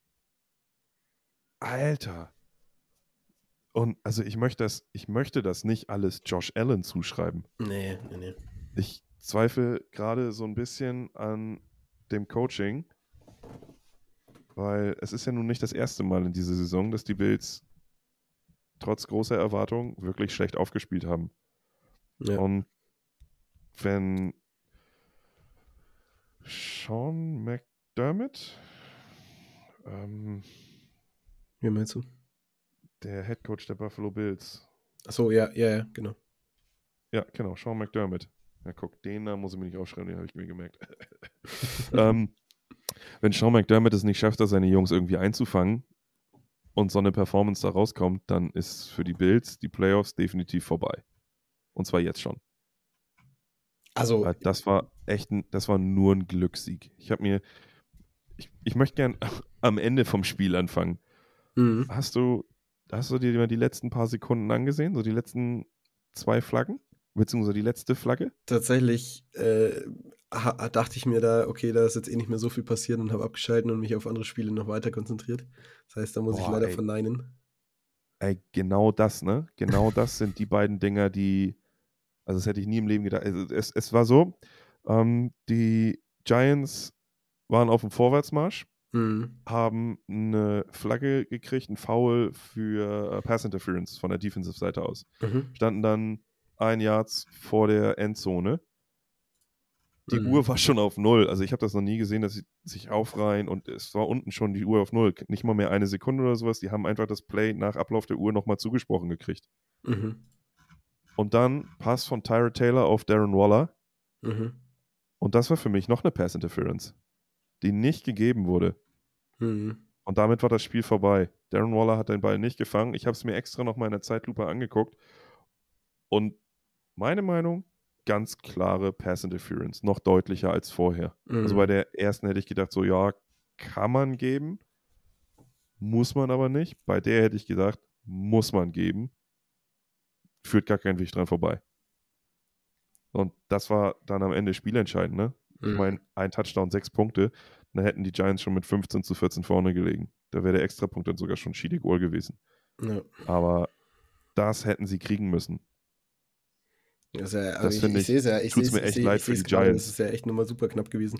Alter. Und also ich möchte das nicht alles Josh Allen zuschreiben. Nee. Ich zweifle gerade so ein bisschen an dem Coaching, weil es ist ja nun nicht das erste Mal in dieser Saison, dass die Bills trotz großer Erwartungen wirklich schlecht aufgespielt haben. Ja. Und wenn Sean McDermott, wie meinst du? der Head Coach der Buffalo Bills. Achso, ja, genau. Ja, genau, Sean McDermott. Ja, guck, den Namen muss ich mir nicht aufschreiben, den habe ich mir gemerkt. Wenn Sean McDermott es nicht schafft, da seine Jungs irgendwie einzufangen und so eine Performance da rauskommt, dann ist für die Bills die Playoffs definitiv vorbei. Und zwar jetzt schon. Also, das war nur ein Glückssieg. Ich möchte gern am Ende vom Spiel anfangen. Hast du dir mal die letzten paar Sekunden angesehen? So die letzten 2 Flaggen? Beziehungsweise die letzte Flagge? Tatsächlich dachte ich mir da, okay, da ist jetzt eh nicht mehr so viel passiert und habe abgeschaltet und mich auf andere Spiele noch weiter konzentriert. Das heißt, da muss ich leider verneinen. Ey, genau das, ne? Genau das sind die beiden Dinger, also das hätte ich nie im Leben gedacht. Also es war so, die Giants waren auf dem Vorwärtsmarsch, haben eine Flagge gekriegt, ein Foul für Pass Interference von der Defensive-Seite aus. Standen dann 1 Yard vor der Endzone. Die Uhr war schon auf 0. Also ich habe das noch nie gesehen, dass sie sich aufreihen und es war unten schon die Uhr auf 0. Nicht mal mehr 1 Sekunde oder sowas. Die haben einfach das Play nach Ablauf der Uhr nochmal zugesprochen gekriegt. Und dann Pass von Tyrod Taylor auf Darren Waller. Und das war für mich noch eine Pass Interference, die nicht gegeben wurde. Und damit war das Spiel vorbei. Darren Waller hat den Ball nicht gefangen. Ich habe es mir extra nochmal in der Zeitlupe angeguckt. Und meine Meinung, ganz klare Pass Interference. Noch deutlicher als vorher. Also bei der ersten hätte ich gedacht, so ja, kann man geben. Muss man aber nicht. Bei der hätte ich gesagt, muss man geben. Führt gar kein Weg dran vorbei. Und das war dann am Ende spielentscheidend, ne? Ich meine, ein Touchdown, 6 Punkte. Dann hätten die Giants schon mit 15-14 vorne gelegen. Da wäre der Extrapunkt dann sogar schon Chidi Goal gewesen. Ja. Aber das hätten sie kriegen müssen. Das finde ich, tut es mir echt leid für die Giants. Das ist ja echt nochmal super knapp gewesen.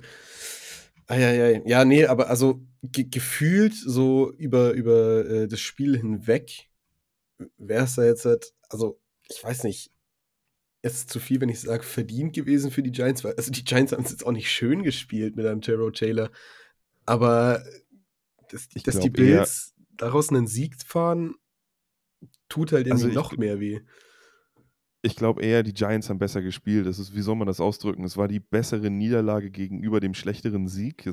Ja, nee, aber also gefühlt so über das Spiel hinweg wäre es da jetzt halt, also ich weiß nicht, es ist zu viel, wenn ich sage, verdient gewesen für die Giants, weil also die Giants haben es jetzt auch nicht schön gespielt mit einem Tyrod Taylor, aber dass die glaub Bills daraus einen Sieg fahren, tut halt irgendwie noch mehr weh. Ich glaube eher, die Giants haben besser gespielt. Wie soll man das ausdrücken? Es war die bessere Niederlage gegenüber dem schlechteren Sieg.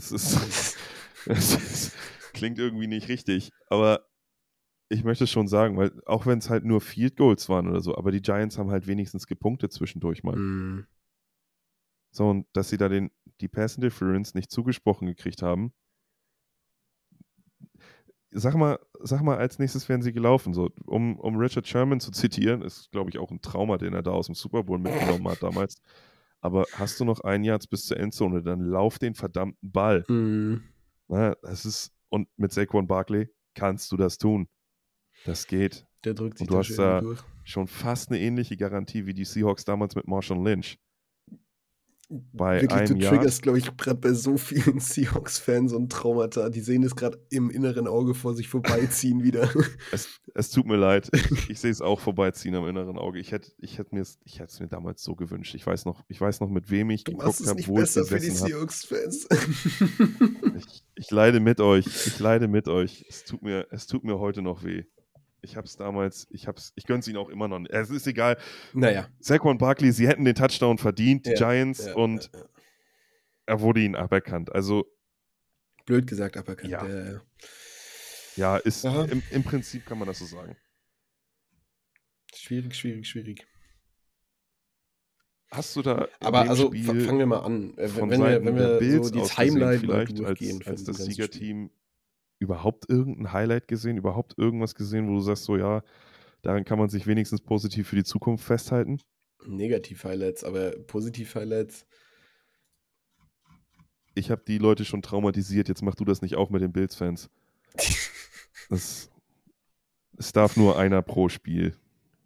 Klingt irgendwie nicht richtig. Aber ich möchte schon sagen, weil auch wenn es halt nur Field Goals waren oder so, aber die Giants haben halt wenigstens gepunktet zwischendurch mal. Mm. So, und dass sie da die Pass Interference nicht zugesprochen gekriegt haben. Sag mal, als nächstes wären sie gelaufen. So, um Richard Sherman zu zitieren, ist, glaube ich, auch ein Trauma, den er da aus dem Super Bowl mitgenommen hat damals. Aber hast du noch 1 Jahr bis zur Endzone, dann lauf den verdammten Ball. Mm. Na, und mit Saquon Barkley kannst du das tun. Das geht. Der drückt sich und du hast da durch. schon fast eine ähnliche Garantie wie die Seahawks damals mit Marshawn Lynch. Bei Wirklich, einem du triggerst, glaube ich, gerade bei so vielen Seahawks-Fans und Traumata. Die sehen es gerade im inneren Auge vor sich vorbeiziehen wieder. Es tut mir leid. Ich sehe es auch vorbeiziehen am inneren Auge. Ich hätte es mir damals so gewünscht. Ich weiß noch, mit wem ich geguckt habe, wo ich gesessen habe. Seahawks-Fans. Ich leide mit euch. Es tut mir heute noch weh. Ich gönne es ihnen auch immer noch nicht. Es ist egal. Naja. Saquon Barkley, sie hätten den Touchdown verdient, die Giants, und er wurde ihnen aberkannt. Also blöd gesagt aberkannt. Ja, im Prinzip kann man das so sagen. Schwierig. Hast du da aber also fangen wir mal an. Wenn wir so die Timeline vielleicht als das Siegerteam überhaupt irgendein Highlight gesehen, überhaupt irgendwas gesehen, wo du sagst, so ja, daran kann man sich wenigstens positiv für die Zukunft festhalten? Negativ-Highlights, aber Positiv-Highlights. Ich habe die Leute schon traumatisiert, jetzt mach du das nicht auch mit den Bills-Fans. Es darf nur einer pro Spiel.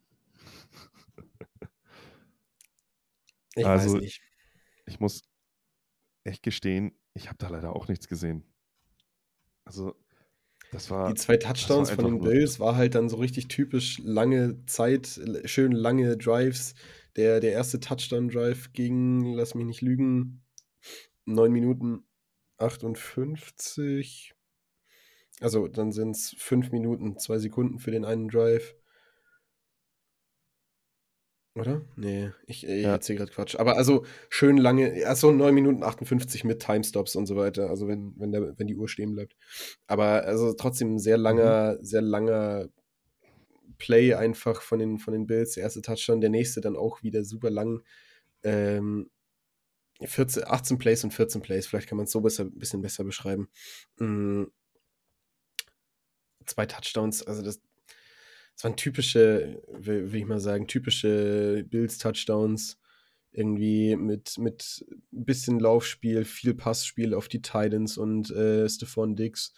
Ich weiß nicht. Ich muss echt gestehen, ich habe da leider auch nichts gesehen. Also, das war. Die 2 Touchdowns von den Bills war halt dann so richtig typisch lange Zeit, schön lange Drives. Der erste Touchdown-Drive ging, lass mich nicht lügen, 9 Minuten 58. Also dann sind es 5 Minuten, 2 Sekunden für den einen Drive. Oder? Nee, ich erzähle gerade Quatsch. Aber also schön lange, also 9 Minuten 58 mit Timestops und so weiter, also wenn die Uhr stehen bleibt. Aber also trotzdem ein sehr langer Play einfach von den Bills, der erste Touchdown, der nächste dann auch wieder super lang. 18 Plays und 14 Plays, vielleicht kann man es so ein bisschen besser beschreiben. 2 Touchdowns, also das waren typische, will ich mal sagen, typische Bills-Touchdowns. Irgendwie mit ein bisschen Laufspiel, viel Passspiel auf die Titans und Stephon Diggs.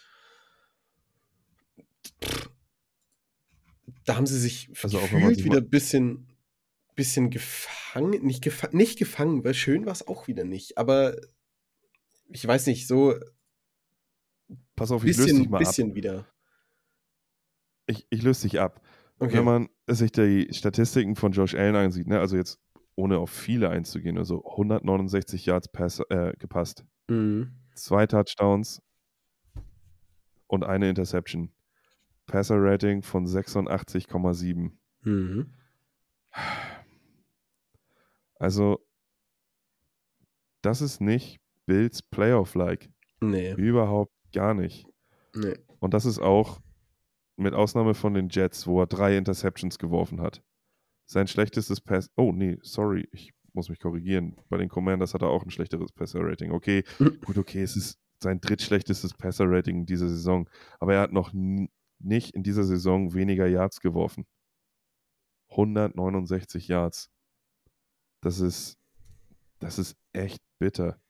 Da haben sie sich gefühlt wieder ein bisschen gefangen. Nicht gefangen, weil schön war es auch wieder nicht. Aber ich weiß nicht, so. Pass auf, ich löse dich mal ab. Wieder. Ich löse dich ab. Okay. Wenn man sich die Statistiken von Josh Allen ansieht, ne, also jetzt ohne auf viele einzugehen, also 169 Yards gepasst, 2 Touchdowns und eine Interception. Passer-Rating von 86,7. Also, das ist nicht Bills Playoff-like. Nee. Überhaupt gar nicht. Nee. Und das ist auch mit Ausnahme von den Jets, wo er 3 Interceptions geworfen hat. Sein schlechtestes Pass... Oh, nee, sorry, ich muss mich korrigieren. Bei den Commanders hat er auch ein schlechteres Passer-Rating. Okay, es ist sein drittschlechtestes Passer-Rating in dieser Saison. Aber er hat noch nicht in dieser Saison weniger Yards geworfen. 169 Yards. Das ist echt bitter.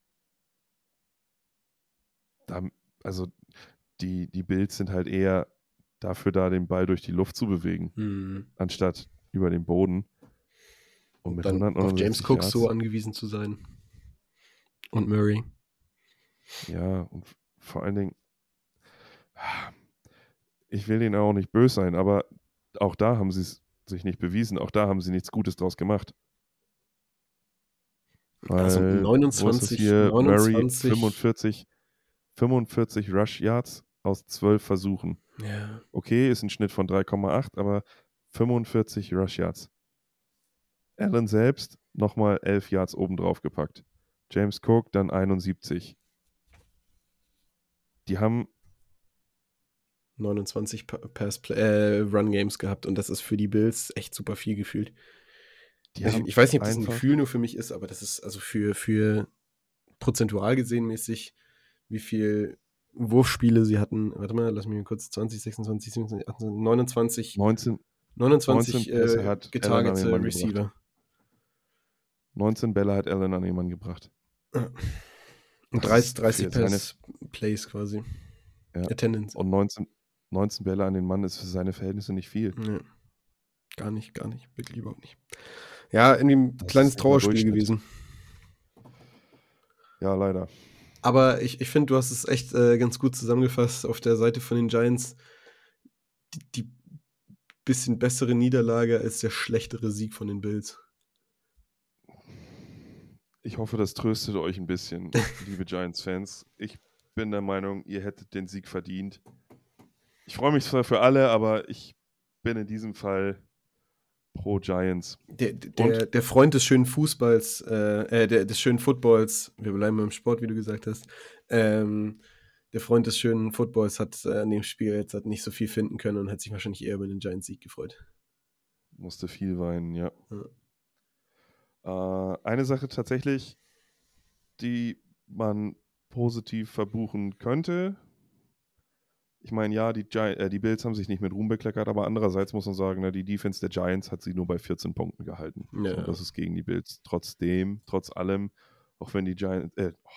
Also die Bills sind halt eher dafür da, den Ball durch die Luft zu bewegen, anstatt über den Boden. Und mit dann auf James Cook so angewiesen zu sein. Und Murray. Ja, und vor allen Dingen, ich will denen auch nicht böse sein, aber auch da haben sie es sich nicht bewiesen. Auch da haben sie nichts Gutes draus gemacht. Weil, also 29 Murray 45 Rush Yards, aus 12 Versuchen. Ja. Okay, ist ein Schnitt von 3,8, aber 45 Rush Yards. Allen selbst nochmal 11 Yards obendrauf gepackt. James Cook dann 71. Die haben 29 Run Games gehabt und das ist für die Bills echt super viel gefühlt. Ich weiß nicht, ob das ein Gefühl nur für mich ist, aber das ist also für prozentual gesehen mäßig, wie viel Wurfspiele sie hatten. Warte mal, lass mich kurz 20, 26, 27, 28, 29. 29 Pässe hat Allen an den Mann Receiver. gebracht. 19 Bälle hat Allen an den Mann gebracht. Ja. Und 30 Plays quasi. Ja. Attendance. Und 19 Bälle an den Mann ist für seine Verhältnisse nicht viel. Ja. Gar nicht. Wirklich überhaupt nicht. Ja, irgendwie ein kleines Trauerspiel gewesen. Ja, leider. Aber ich finde, du hast es echt ganz gut zusammengefasst auf der Seite von den Giants. Die bisschen bessere Niederlage als der schlechtere Sieg von den Bills. Ich hoffe, das tröstet euch ein bisschen, liebe Giants-Fans. Ich bin der Meinung, ihr hättet den Sieg verdient. Ich freue mich zwar für alle, aber ich bin in diesem Fall pro Giants. Der Freund des schönen Fußballs, des schönen Footballs, wir bleiben beim Sport, wie du gesagt hast, der Freund des schönen Footballs hat an dem Spiel jetzt nicht so viel finden können und hat sich wahrscheinlich eher über den Giants-Sieg gefreut. Musste viel weinen, ja. Eine Sache tatsächlich, die man positiv verbuchen könnte. Ich meine, ja, die Bills haben sich nicht mit Ruhm bekleckert, aber andererseits muss man sagen, die Defense der Giants hat sie nur bei 14 Punkten gehalten. Ja. So, das ist gegen die Bills. Trotz allem, auch wenn die Giants,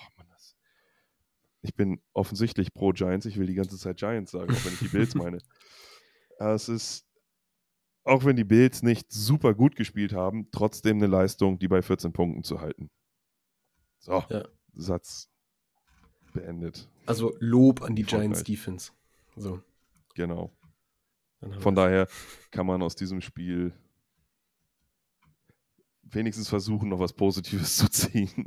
ich bin offensichtlich pro Giants, ich will die ganze Zeit Giants sagen, auch wenn ich die Bills meine. Es ist, auch wenn die Bills nicht super gut gespielt haben, trotzdem eine Leistung, die bei 14 Punkten zu halten. So, ja. Satz beendet. Also Lob an die Giants Defense. So. Genau. Von daher kann man aus diesem Spiel wenigstens versuchen, noch was Positives zu ziehen.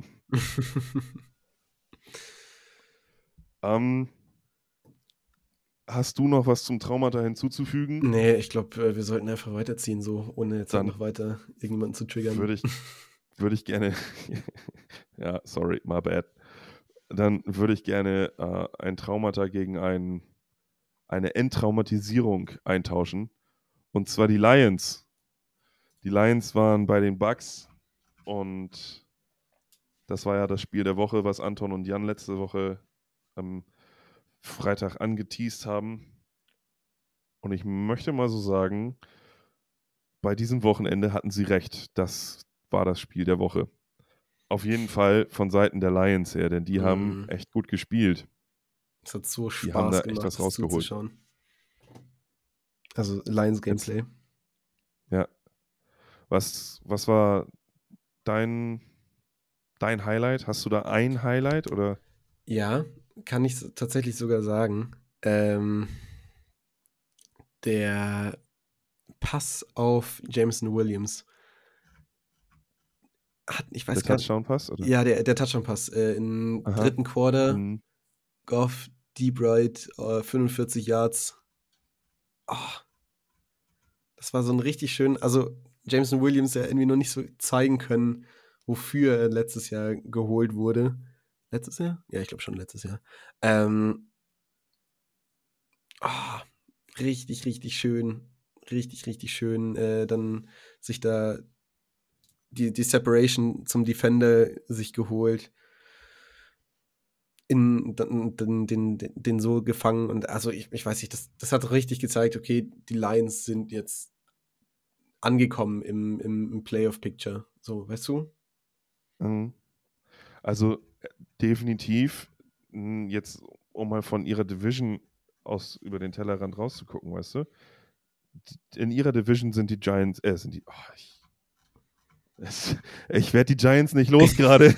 Hast du noch was zum Traumata hinzuzufügen? Nee, ich glaube, wir sollten einfach weiterziehen, so, ohne jetzt noch weiter irgendjemanden zu triggern. Würde ich gerne, ja, sorry, my bad. Dann würde ich gerne ein Traumata gegen eine Enttraumatisierung eintauschen. Und zwar die Lions. Die Lions waren bei den Bucks und das war ja das Spiel der Woche, was Anton und Jan letzte Woche am Freitag angeteast haben. Und ich möchte mal so sagen, bei diesem Wochenende hatten sie recht. Das war das Spiel der Woche. Auf jeden Fall von Seiten der Lions her, denn die haben echt gut gespielt. Es hat so Spaß die haben da gemacht, echt was rausgeholt. Zuzuschauen. Also Lions Gameplay. Ja. Was war dein Highlight? Hast du da ein Highlight oder? Ja, kann ich tatsächlich sogar sagen. Der Pass auf Jameson Williams. Ich weiß der Touchdown-Pass? Oder? Ja, der Touchdown-Pass. Im dritten Quarter. Goff, Deep Right, 45 Yards. Oh, das war so ein richtig schön. Also, Jameson Williams ja irgendwie noch nicht so zeigen können, wofür er letztes Jahr geholt wurde. Letztes Jahr? Ja, ich glaube schon letztes Jahr. Richtig, richtig schön. Richtig schön. Dann sich da die Separation zum Defender sich geholt. Den so gefangen. Und also ich weiß nicht, das hat richtig gezeigt, okay, die Lions sind jetzt angekommen im Playoff-Picture. So, weißt du? Also definitiv jetzt, um mal von ihrer Division aus über den Tellerrand rauszugucken, weißt du? In ihrer Division sind die Giants, ich werde die Giants nicht los gerade.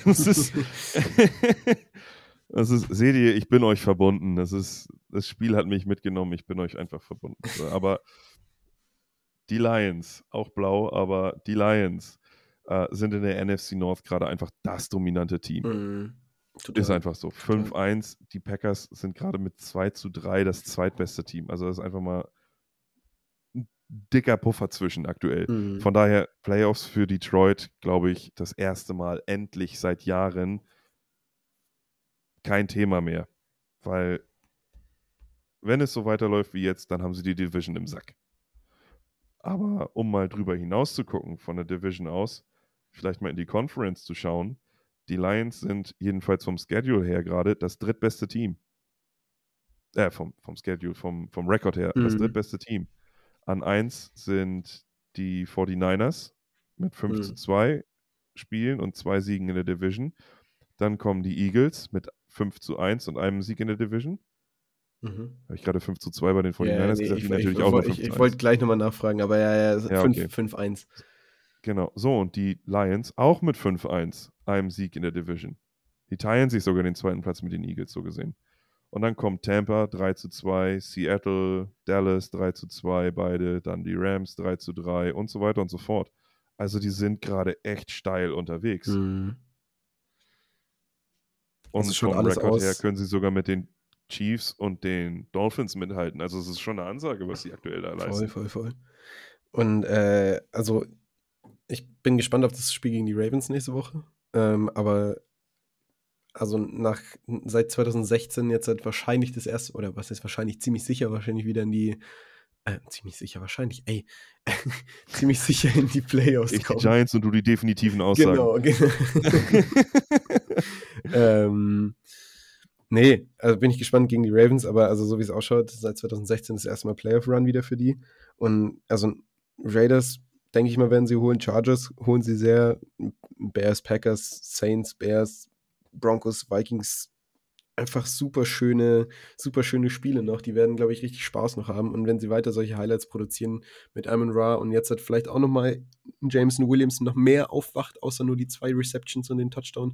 Seht ihr, ich bin euch verbunden. Das Spiel hat mich mitgenommen, ich bin euch einfach verbunden. Aber die Lions, auch blau, aber die Lions sind in der NFC North gerade einfach das dominante Team. Total. Ist einfach so. 5-1, die Packers sind gerade mit 2-3 das zweitbeste Team. Also das ist einfach mal ein dicker Puffer zwischen aktuell. Mhm. Von daher Playoffs für Detroit, glaube ich, das erste Mal endlich seit Jahren kein Thema mehr. Weil wenn es so weiterläuft wie jetzt, dann haben sie die Division im Sack. Aber um mal drüber hinaus zu gucken, von der Division aus, vielleicht mal in die Conference zu schauen, die Lions sind jedenfalls vom Schedule her gerade das drittbeste Team. Vom Schedule, vom Rekord her, das drittbeste Team. An 1 sind die 49ers mit 5-2 Spielen und 2 Siegen in der Division. Dann kommen die Eagles mit 5-1 und einem Sieg in der Division. Habe ich gerade 5-2 bei den 49ers gesagt, die natürlich auch nur 5-1. Ich wollte gleich nochmal nachfragen, aber ja, 5-1. Genau, so, und die Lions auch mit 5-1, einem Sieg in der Division. Die teilen sich sogar den zweiten Platz mit den Eagles, so gesehen. Und dann kommt Tampa 3-2, Seattle, Dallas 3-2, beide, dann die Rams 3-3 und so weiter und so fort. Also die sind gerade echt steil unterwegs. Und also schon vom alles Rekord her können sie sogar mit den Chiefs und den Dolphins mithalten. Also es ist schon eine Ansage, was sie aktuell da leisten. Voll. Und also ich bin gespannt auf das Spiel gegen die Ravens nächste Woche. Aber also seit 2016 jetzt halt wahrscheinlich das erste, oder was ist wahrscheinlich, ziemlich sicher wahrscheinlich wieder in die ziemlich sicher wahrscheinlich in die Playoffs Ich kommen. die Giants und du die definitiven Aussagen. Genau. Nee, also bin ich gespannt gegen die Ravens, aber also so wie es ausschaut, seit 2016 ist das erste Mal Playoff-Run wieder für die. Und also Raiders, denke ich mal, werden sie holen. Chargers holen sie sehr. Bears, Packers, Saints, Bears, Broncos, Vikings. Einfach super schöne Spiele noch. Die werden, glaube ich, richtig Spaß noch haben. Und wenn sie weiter solche Highlights produzieren mit Amon-Ra und jetzt hat vielleicht auch nochmal Jameson Williams noch mehr aufwacht, außer nur die 2 Receptions und den Touchdown.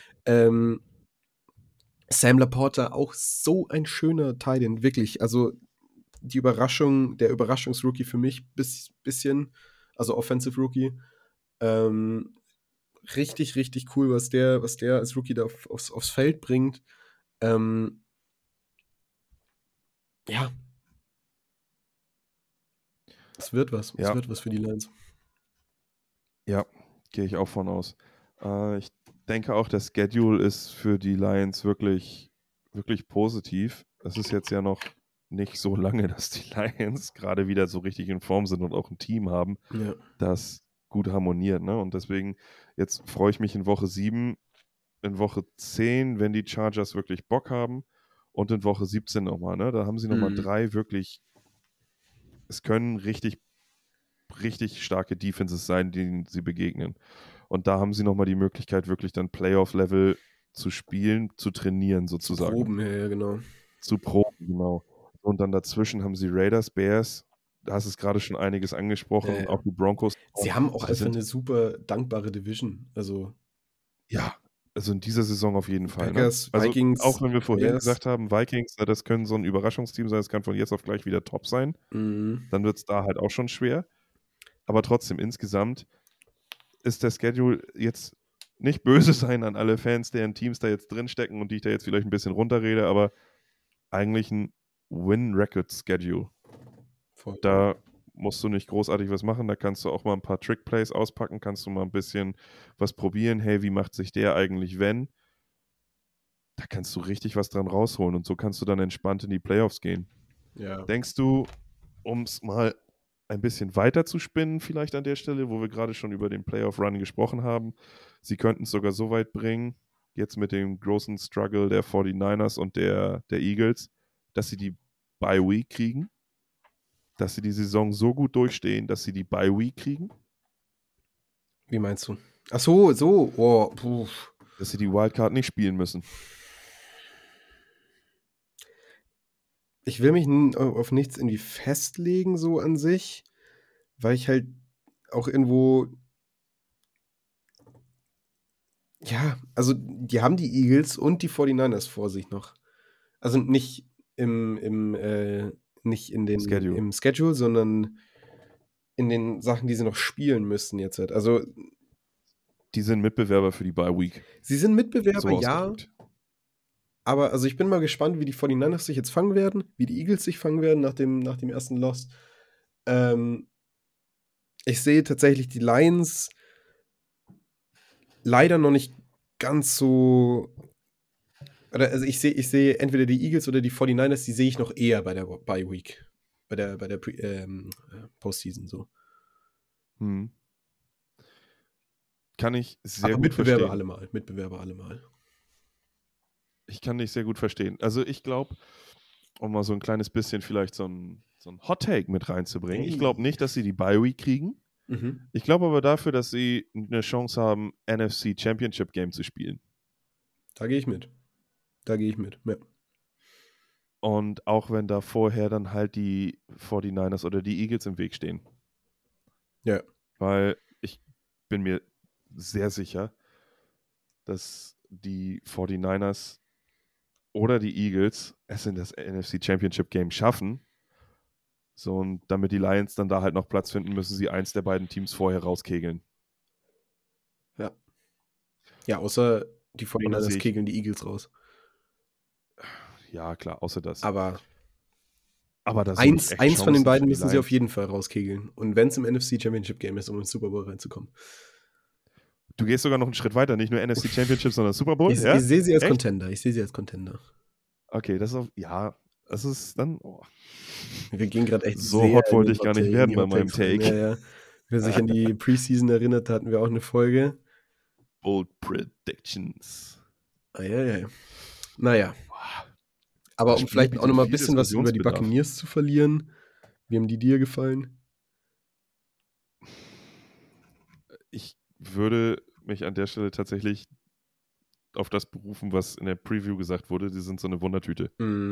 Sam Laporta, auch so ein schöner Tight-End, wirklich. Also der Überraschungsrookie für mich bisschen, also Offensive Rookie. Richtig, richtig cool, was der als Rookie da aufs Feld bringt. Ja. Es wird was. Ja. Es wird was für die Lions. Ja, gehe ich auch von aus. Ich denke auch, der Schedule ist für die Lions wirklich, wirklich positiv. Es ist jetzt ja noch nicht so lange, dass die Lions gerade wieder so richtig in Form sind und auch ein Team haben, das gut harmoniert. Ne? Und deswegen, jetzt freue ich mich in Woche 7, in Woche 10, wenn die Chargers wirklich Bock haben, und in Woche 17 nochmal. Ne? Da haben sie nochmal 3 wirklich, es können richtig starke Defenses sein, denen sie begegnen. Und da haben sie nochmal die Möglichkeit, wirklich dann Playoff-Level zu spielen, zu trainieren sozusagen. Zu proben, ja, genau. Zu proben, genau. Und dann dazwischen haben sie Raiders, Bears, da hast es gerade schon einiges angesprochen, auch die Broncos. Sie haben auch einfach eine super dankbare Division. Also ja, also in dieser Saison auf jeden Fall. Packers, Also Vikings, auch wenn wir vorhin Bears. gesagt haben, Vikings, das können so ein Überraschungsteam sein, das kann von jetzt auf gleich wieder top sein. Dann wird es da halt auch schon schwer. Aber trotzdem, insgesamt ist der Schedule jetzt nicht böse sein an alle Fans, deren Teams da jetzt drinstecken und die ich da jetzt vielleicht ein bisschen runterrede, aber eigentlich ein Win-Record-Schedule. Da musst du nicht großartig was machen, da kannst du auch mal ein paar Trick-Plays auspacken, kannst du mal ein bisschen was probieren. Hey, wie macht sich der eigentlich, wenn? Da kannst du richtig was dran rausholen und so kannst du dann entspannt in die Playoffs gehen. Ja. Denkst du, um es mal ein bisschen weiter zu spinnen, vielleicht an der Stelle, wo wir gerade schon über den Playoff-Run gesprochen haben, sie könnten es sogar so weit bringen, jetzt mit dem großen Struggle der 49ers und der Eagles, dass sie die Bye-Week kriegen? Dass sie die Saison so gut durchstehen, dass sie die Bye-Week kriegen? Wie meinst du? Ach so. Oh, puh. Dass sie die Wildcard nicht spielen müssen. Ich will mich auf nichts irgendwie festlegen, so an sich, weil ich halt auch irgendwo, ja, also die haben die Eagles und die 49ers vor sich noch. Also nicht nicht in den im Schedule, sondern in den Sachen, die sie noch spielen müssen jetzt halt. Also die sind Mitbewerber für die Bye Week. sie sind Mitbewerber, ja. Aber also ich bin mal gespannt, wie die 49ers sich jetzt fangen werden, wie die Eagles sich fangen werden nach dem ersten Loss. Ich sehe tatsächlich die Lions leider noch nicht ganz so. Oder also ich sehe entweder die Eagles oder die 49ers, die sehe ich noch eher bei der Bye Week. Bei der Postseason so. Kann ich sehr Aber gut verstehen. Mitbewerber allemal. Ich kann dich sehr gut verstehen. Also ich glaube, um mal so ein kleines bisschen vielleicht so ein Hot-Take mit reinzubringen, ich glaube nicht, dass sie die Bye-Week kriegen. Mhm. Ich glaube aber dafür, dass sie eine Chance haben, NFC Championship Game zu spielen. Da gehe ich mit. Ja. Und auch wenn da vorher dann halt die 49ers oder die Eagles im Weg stehen. Ja. Weil ich bin mir sehr sicher, dass die 49ers oder die Eagles es in das NFC Championship Game schaffen. So, und damit die Lions dann da halt noch Platz finden, müssen sie eins der beiden Teams vorher rauskegeln. Ja. Ja, außer die Deswegen 49ers sehe ich- kegeln die Eagles raus. Ja, klar, außer das. Aber da sehe ich echt eins von den Chancen für beiden die müssen sie Lions. auf jeden Fall rauskegeln. Und wenn es im NFC Championship Game ist, um ins Super Bowl reinzukommen. Du gehst sogar noch einen Schritt weiter, nicht nur NFC Championship, sondern Super Bowl. Ich Ja? sehe sie als Echt? Contender. Okay, das ist dann. Oh. Wir gehen gerade echt So sehr hot in wollte den ich gar Hot nicht Take- werden in die bei Hot meinem Takes rein. Take. Ja. Wer sich an die Preseason erinnert, da hatten wir auch eine Folge. Bold Predictions. Ja. Naja. Aber Das um Spiel vielleicht auch noch mal ein bietet bisschen was über die Diskussionsbedarf. Buccaneers zu verlieren. Wie haben die dir gefallen? Ich würde mich an der Stelle tatsächlich auf das berufen, was in der Preview gesagt wurde. Die sind so eine Wundertüte.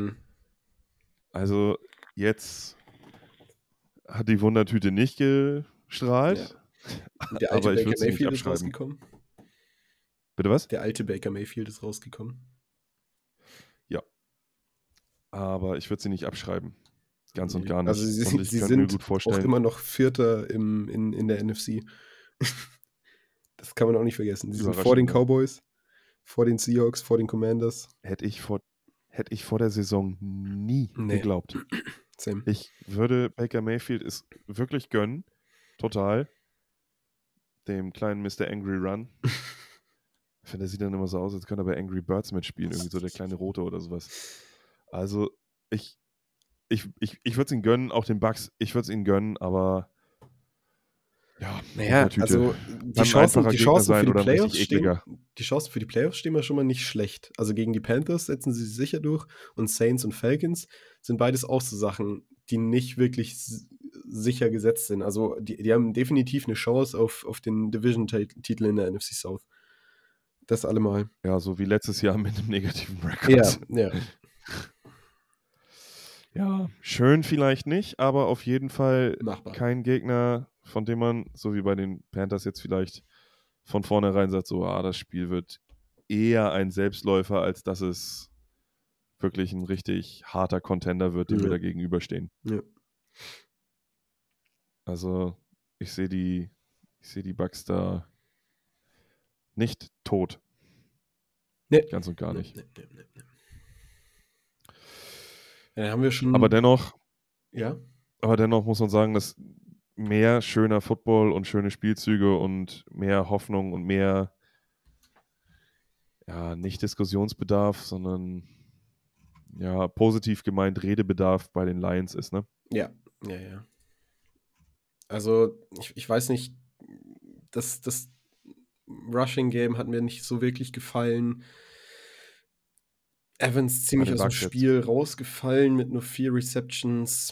Also jetzt hat die Wundertüte nicht gestrahlt. Ja. Der alte Aber ich Baker würde sie nicht Mayfield ist abschreiben. rausgekommen. Bitte was? Der alte Baker Mayfield ist rausgekommen. Ja. Aber ich würde sie nicht abschreiben. Ganz und gar nicht. Also sie und ich könnte sind mir gut vorstellen, auch immer noch Vierter in der NFC. Das kann man auch nicht vergessen. Sie sind vor den Überraschend, ne? Cowboys, vor den Seahawks, vor den Commanders. Hätte ich vor der Saison nie Nee. geglaubt. Same. Ich würde Baker Mayfield es wirklich gönnen. Total. Dem kleinen Mr. Angry Run. Ich finde, der sieht dann immer so aus, als könnte er bei Angry Birds mitspielen. Irgendwie so der kleine Rote oder sowas. Also, ich würde es ihm gönnen, auch den Bucks. Ich würde es ihm gönnen, aber ja, Naja, also die Chancen für die Playoffs stehen mal schon mal nicht schlecht. Also gegen die Panthers setzen sie sich sicher durch und Saints und Falcons sind beides auch so Sachen, die nicht wirklich sicher gesetzt sind. Also die haben definitiv eine Chance auf den Division-Titel in der NFC South. Das allemal. Ja, so wie letztes Jahr mit einem negativen Rekord. Ja. Ja, schön vielleicht nicht, aber auf jeden Fall Machbar. kein Gegner, von dem man, so wie bei den Panthers jetzt vielleicht von vornherein sagt, so, das Spiel wird eher ein Selbstläufer, als dass es wirklich ein richtig harter Contender wird, dem wir da gegenüberstehen. Ja. Also ich sehe die Bucks da nicht tot. Nee. Ganz und gar nicht. Nee. Ja, haben wir schon. Aber dennoch Ja. muss man sagen, dass mehr schöner Football und schöne Spielzüge und mehr Hoffnung und mehr, ja, nicht Diskussionsbedarf, sondern ja, positiv gemeint Redebedarf bei den Lions ist, ne? Ja. Also, ich weiß nicht, das Rushing-Game hat mir nicht so wirklich gefallen. Evans ziemlich aus dem Spiel rausgefallen mit nur 4 Receptions.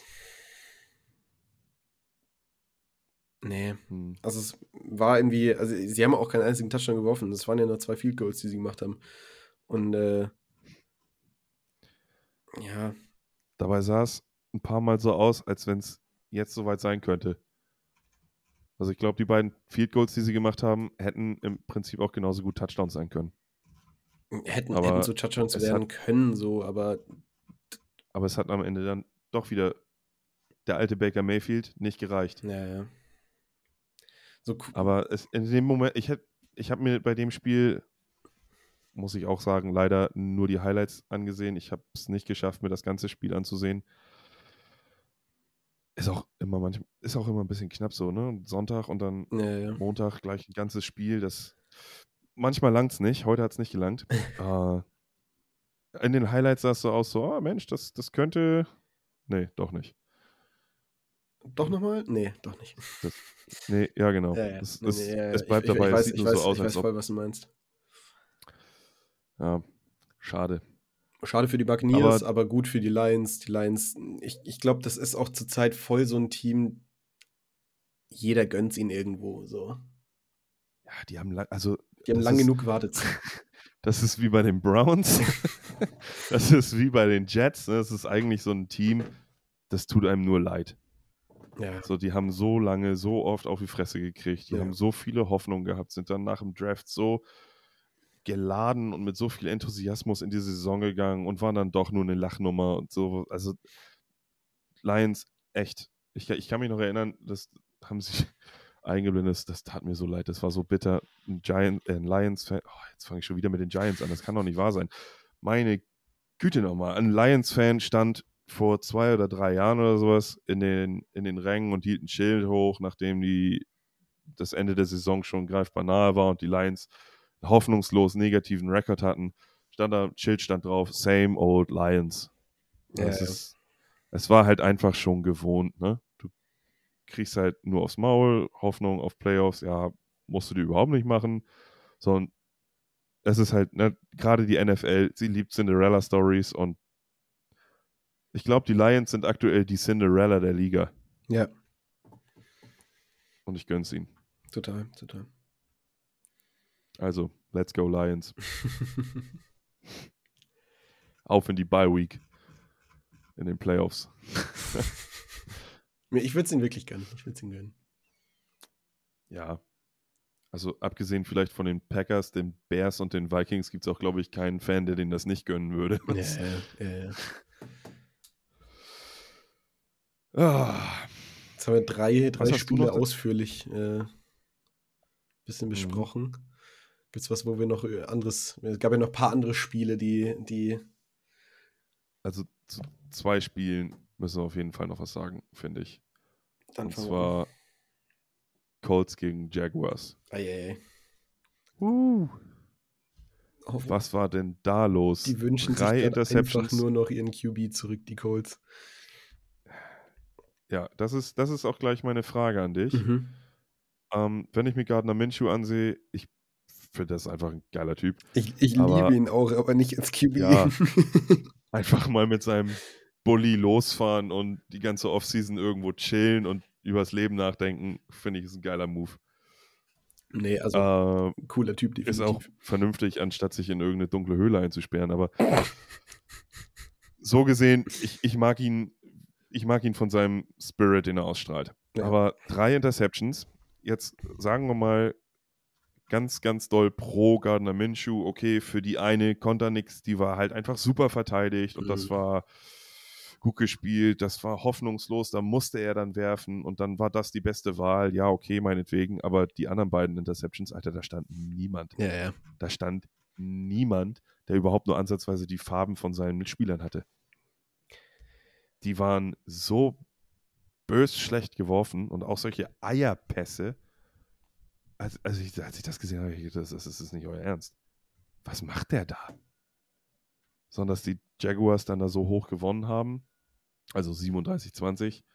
Nee. Also es war irgendwie, also sie haben auch keinen einzigen Touchdown geworfen. Das waren ja nur 2 Field Goals, die sie gemacht haben. Und ja. Dabei sah es ein paar Mal so aus, als wenn es jetzt soweit sein könnte. Also ich glaube, die beiden Field Goals, die sie gemacht haben, hätten im Prinzip auch genauso gut Touchdowns sein können. Hätten so Touchdowns werden können, so, aber es hat am Ende dann doch wieder der alte Baker Mayfield nicht gereicht. Ja. So aber in dem Moment, ich habe mir bei dem Spiel muss ich auch sagen, leider nur die Highlights angesehen. Ich habe es nicht geschafft, mir das ganze Spiel anzusehen. Ist auch immer ein bisschen knapp so, ne? Sonntag und dann Montag gleich ein ganzes Spiel. Manchmal langt es nicht. Heute hat es nicht gelangt. In den Highlights sah es so aus, so, Mensch, das könnte. Nee, doch nicht. Doch nochmal? Nee, doch nicht. Nee, ja, genau. Ja. Es bleibt dabei, es sieht nur so aus, ich weiß voll, was du meinst. Ja, schade. Schade für die Buccaneers, aber gut für die Lions. Die Lions, ich glaube, das ist auch zurzeit voll so ein Team, jeder gönnt ihnen irgendwo, so. Ja, die haben lang genug gewartet. Das ist wie bei den Browns. Das ist wie bei den Jets. Das ist eigentlich so ein Team, das tut einem nur leid. Ja. So, die haben so lange, so oft auf die Fresse gekriegt. Die haben so viele Hoffnungen gehabt, sind dann nach dem Draft so geladen und mit so viel Enthusiasmus in diese Saison gegangen und waren dann doch nur eine Lachnummer und so. Also Lions, echt. Ich kann mich noch erinnern, das haben sich eingeblendet, das tat mir so leid, das war so bitter. Ein Lions-Fan, jetzt fange ich schon wieder mit den Giants an, das kann doch nicht wahr sein. Meine Güte nochmal, ein Lions-Fan stand vor 2 oder 3 Jahren oder sowas in den Rängen und hielt ein Schild hoch, nachdem das Ende der Saison schon greifbar nahe war und die Lions einen hoffnungslos negativen Rekord hatten. Schild stand drauf, same old Lions. Es war halt einfach schon gewohnt, ne? Du kriegst halt nur aufs Maul, Hoffnung auf Playoffs, ja, musst du dir überhaupt nicht machen, sondern es ist halt, ne, gerade die NFL, sie liebt Cinderella-Stories und ich glaube, die Lions sind aktuell die Cinderella der Liga. Ja. Und ich gönn's ihnen. Total. Also, let's go Lions. Auf in die Bye-Week. In den Playoffs. Ich würde es ihnen wirklich gönnen. Ja. Also abgesehen vielleicht von den Packers, den Bears und den Vikings gibt es auch, glaube ich, keinen Fan, der denen das nicht gönnen würde. Ja. Jetzt haben wir drei Spiele ausführlich bisschen besprochen. Gibt es was, wo wir noch anderes, es gab ja noch ein paar andere Spiele, die Also zu 2 Spielen müssen wir auf jeden Fall noch was sagen, finde ich. Dann und zwar Colts gegen Jaguars. Was war denn da los? Die wünschen 3 sich Interceptions. Einfach nur noch ihren QB zurück, die Colts. Ja, das ist auch gleich meine Frage an dich. Wenn ich mir Gardner Minshew ansehe, ich finde das einfach ein geiler Typ. Ich liebe ihn auch, aber nicht als QB. Ja, einfach mal mit seinem Bulli losfahren und die ganze Offseason irgendwo chillen und übers Leben nachdenken, finde ich, ist ein geiler Move. Nee, also cooler Typ, definitiv. Ist auch vernünftig, anstatt sich in irgendeine dunkle Höhle einzusperren, aber so gesehen, ich mag ihn von seinem Spirit, den er ausstrahlt. Ja. Aber 3 Interceptions, jetzt sagen wir mal ganz, ganz doll pro Gardner Minshew. Okay, für die eine konnte er nichts, die war halt einfach super verteidigt und das war gut gespielt, das war hoffnungslos, da musste er dann werfen und dann war das die beste Wahl. Ja, okay, meinetwegen, aber die anderen beiden Interceptions, Alter, da stand niemand. Ja. Da stand niemand, der überhaupt nur ansatzweise die Farben von seinen Mitspielern hatte. Die waren so bös schlecht geworfen und auch solche Eierpässe. Als ich das gesehen habe, ich gedacht, das ist nicht euer Ernst. Was macht der da? Sondern dass die Jaguars dann da so hoch gewonnen haben, also 37-20,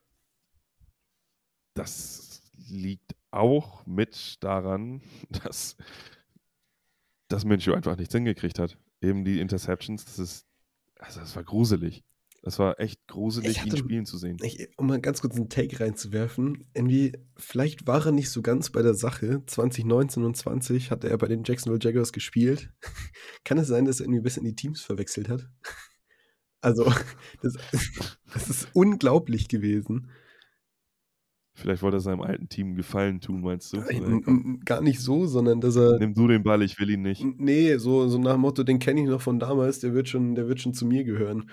das liegt auch mit daran, dass Minshew einfach nichts hingekriegt hat. Eben die Interceptions, das war gruselig. Das war echt gruselig, ihn spielen zu sehen. Um mal ganz kurz einen Take reinzuwerfen, irgendwie, vielleicht war er nicht so ganz bei der Sache. 2019 und 20 hatte er bei den Jacksonville Jaguars gespielt. Kann es sein, dass er irgendwie ein bisschen die Teams verwechselt hat? Also, das ist unglaublich gewesen. Vielleicht wollte er seinem alten Team Gefallen tun, meinst du? Gar nicht so, sondern dass er... Nimm du den Ball, ich will ihn nicht. Nee, so nach dem Motto, den kenne ich noch von damals, der wird schon zu mir gehören.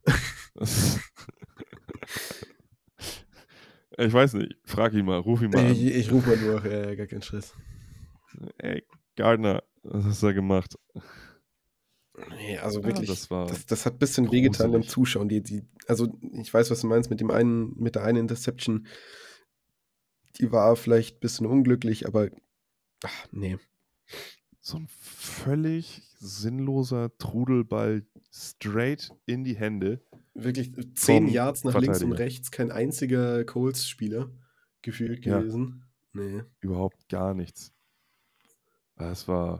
Ich weiß nicht, frag ihn mal, ruf ihn mal an. Ich ruf mal durch, gar kein Stress. Ey, Gardner, Was hast du da gemacht? Nee, also wirklich, das war das hat ein bisschen wehgetan beim gruselig. Zuschauen. Also ich weiß, was du meinst mit der einen Interception. Die war vielleicht ein bisschen unglücklich, aber nee. So ein völlig sinnloser Trudelball straight in die Hände Wirklich 10 vom Yards nach links und Verteidiger. rechts, kein einziger Colts-Spieler gefühlt Ja, gewesen. Nee. überhaupt gar nichts. Das war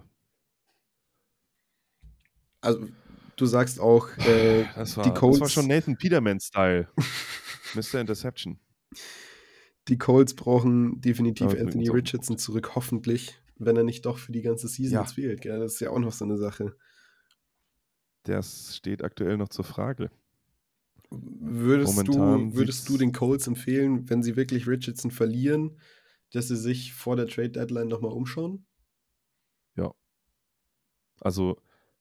Also, du sagst auch, das die war das war schon Colts Nathan Peterman-Style. Mr. Interception. die Colts brauchen definitiv Damit bringt Anthony uns auf den Richardson Punkt. zurück, hoffentlich, wenn er nicht doch für die ganze Season Ja, jetzt fehlt, gell? Das ist ja auch noch so eine Sache. das steht aktuell noch zur Frage. Würdest du Momentan würdest du sieht's den Colts empfehlen, wenn sie wirklich Richardson verlieren, dass sie sich vor der Trade Deadline noch mal umschauen? ja, also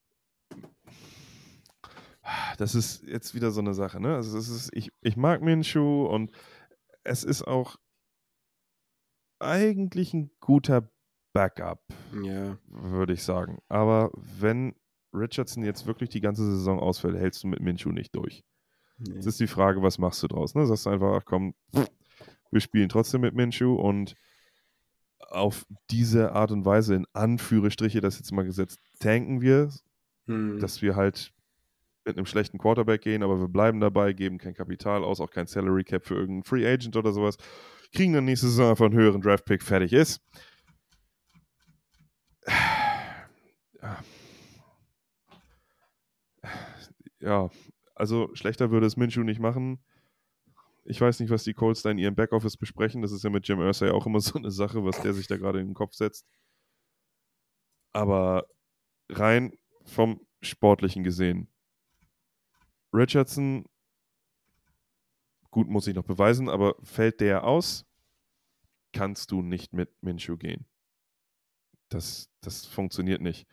das ist jetzt wieder so eine Sache, ne? Also, ich mag Minshew und es ist auch eigentlich ein guter Backup, Ja. würde ich sagen. Aber wenn Richardson jetzt wirklich die ganze Saison ausfällt, hältst du mit Minshew nicht durch. Jetzt Ne. ist die Frage, was machst du draus? Ne? Sagst du einfach, ach komm, wir spielen trotzdem mit Minshew und auf diese Art und Weise, in Anführungsstriche, das jetzt mal gesetzt, tanken wir, Mhm. dass wir halt mit einem schlechten Quarterback gehen, aber wir bleiben dabei, geben kein Kapital aus, auch kein Salary Cap für irgendeinen Free Agent oder sowas, kriegen dann nächste Saison einfach einen höheren Draft-Pick, fertig ist. Ja, also schlechter würde es Minshew nicht machen. Ich weiß nicht, was die Colts da in ihrem Backoffice besprechen. Das ist ja mit Jim Irsay auch immer so eine Sache, was der sich da gerade in den Kopf setzt. Aber rein vom Sportlichen gesehen, Richardson, gut, muss ich noch beweisen, aber fällt der aus, kannst du nicht mit Minshew gehen. Das funktioniert nicht.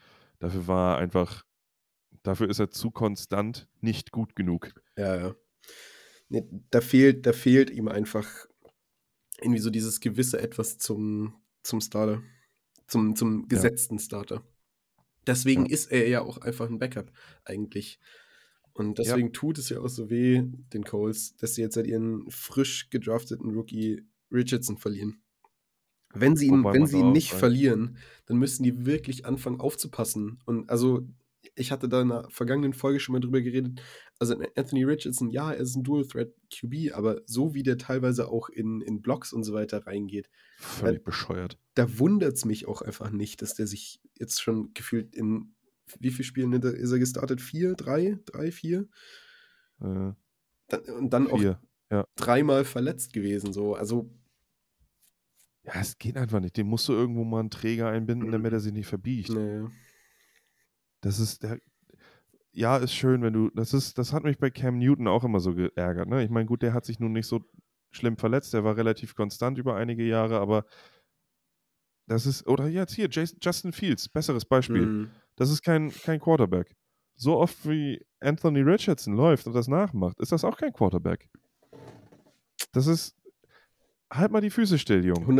Dafür ist er zu konstant nicht gut genug. Ja, ja. Ne, da fehlt ihm einfach irgendwie so dieses gewisse Etwas zum Starter, zum Ja, gesetzten Starter. Deswegen ja, ist er ja auch einfach ein Backup eigentlich. Und ja. deswegen tut es ja auch so weh, den Colts, dass sie jetzt halt ihren frisch gedrafteten Rookie Richardson verlieren. Wobei Wenn man sie da ihn auch nicht sagen, verlieren, dann müssen die wirklich anfangen aufzupassen. Und also, ich hatte da in der vergangenen Folge schon mal drüber geredet. Also, Anthony Richardson, ja, er ist ein Dual-Threat QB, aber so wie der teilweise auch in Blocks und so weiter reingeht, da, völlig bescheuert. da wundert es mich auch einfach nicht, dass der sich jetzt schon gefühlt in wie viel Spielen ist er gestartet? 4, 3, 3, 4? Äh, Und dann auch 4. Ja. dreimal verletzt gewesen. So. Also, Ja, es geht einfach nicht. Den musst du irgendwo mal einen Träger einbinden, damit er sich nicht verbiegt. nee. Das ist der. Ja, ist schön, wenn du. Das hat mich bei Cam Newton auch immer so geärgert. Ne? Ich meine, gut, der hat sich nun nicht so schlimm verletzt, der war relativ konstant über einige Jahre, aber das ist. Oder jetzt hier, Justin Fields, besseres Beispiel. Hm. Das ist kein Quarterback. So oft wie Anthony Richardson läuft und das nachmacht, ist das auch kein Quarterback. Das ist. Halt mal die Füße still, Jung.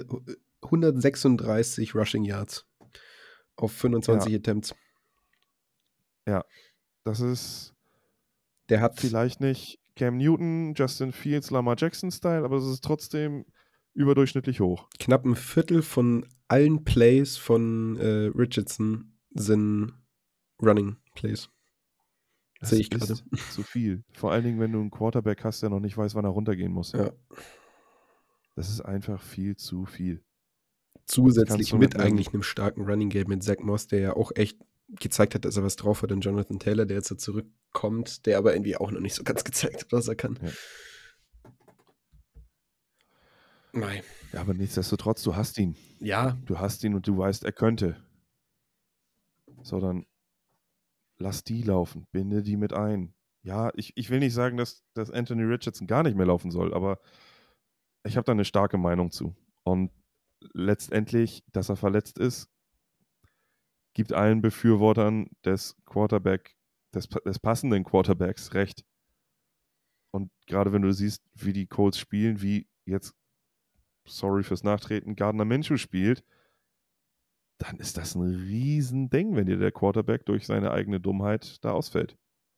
136 Rushing Yards auf Ja, 25 Attempts. ja. Das ist. Der hat Vielleicht nicht Cam Newton, Justin Fields, Lamar Jackson-Style, aber es ist trotzdem überdurchschnittlich hoch. knapp ein Viertel von allen Plays von Richardson sind Running Plays. Sehe Das ich gerade. ist zu viel. Vor allen Dingen, wenn du einen Quarterback hast, der noch nicht weiß, wann er runtergehen muss. Ja. Das ist einfach viel zu viel. Das kannst Zusätzlich du mit mit einem. eigentlich einem starken Running Game mit Zach Moss, der ja auch echt gezeigt hat, dass er was drauf hat, und Jonathan Taylor, der jetzt da zurückkommt, der aber irgendwie auch noch nicht so ganz gezeigt hat, was er kann. Ja. Nein. Ja, aber nichtsdestotrotz, du hast ihn. Ja, Du hast ihn und du weißt, er könnte. So, dann lass die laufen. Binde die mit ein. Ja, ich will nicht sagen, dass Anthony Richardson gar nicht mehr laufen soll, aber ich habe da eine starke Meinung zu. Und letztendlich, dass er verletzt ist, gibt allen Befürwortern des passenden Quarterbacks recht. Und gerade wenn du siehst, wie die Colts spielen, wie jetzt, sorry fürs Nachtreten, Gardner Minshew spielt, dann ist das ein Riesending, wenn dir der Quarterback durch seine eigene Dummheit da ausfällt.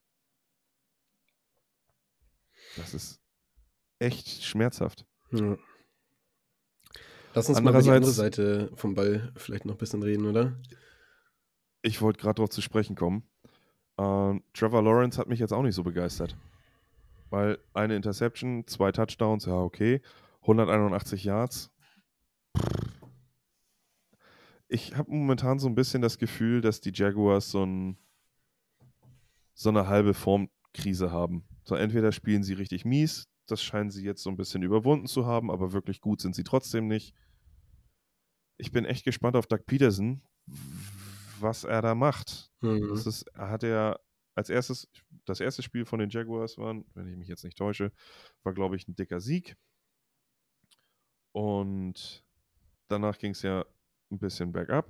Das ist echt schmerzhaft. Ja. Lass uns mal über die andere Seite vom Ball vielleicht noch ein bisschen reden, oder? Ich wollte gerade darauf zu sprechen kommen. Trevor Lawrence hat mich jetzt auch nicht so begeistert. Weil eine Interception, 2 Touchdowns, ja okay, 181 Yards. Ich habe momentan so ein bisschen das Gefühl, dass die Jaguars so eine halbe Formkrise haben. So, entweder spielen sie richtig mies, das scheinen sie jetzt so ein bisschen überwunden zu haben, aber wirklich gut sind sie trotzdem nicht. Ich bin echt gespannt auf Doug Peterson, was er da macht. Hat er als erstes, das erste Spiel von den Jaguars waren, wenn ich mich jetzt nicht täusche, war, glaube ich, ein dicker Sieg. Und danach ging es ja ein bisschen bergab.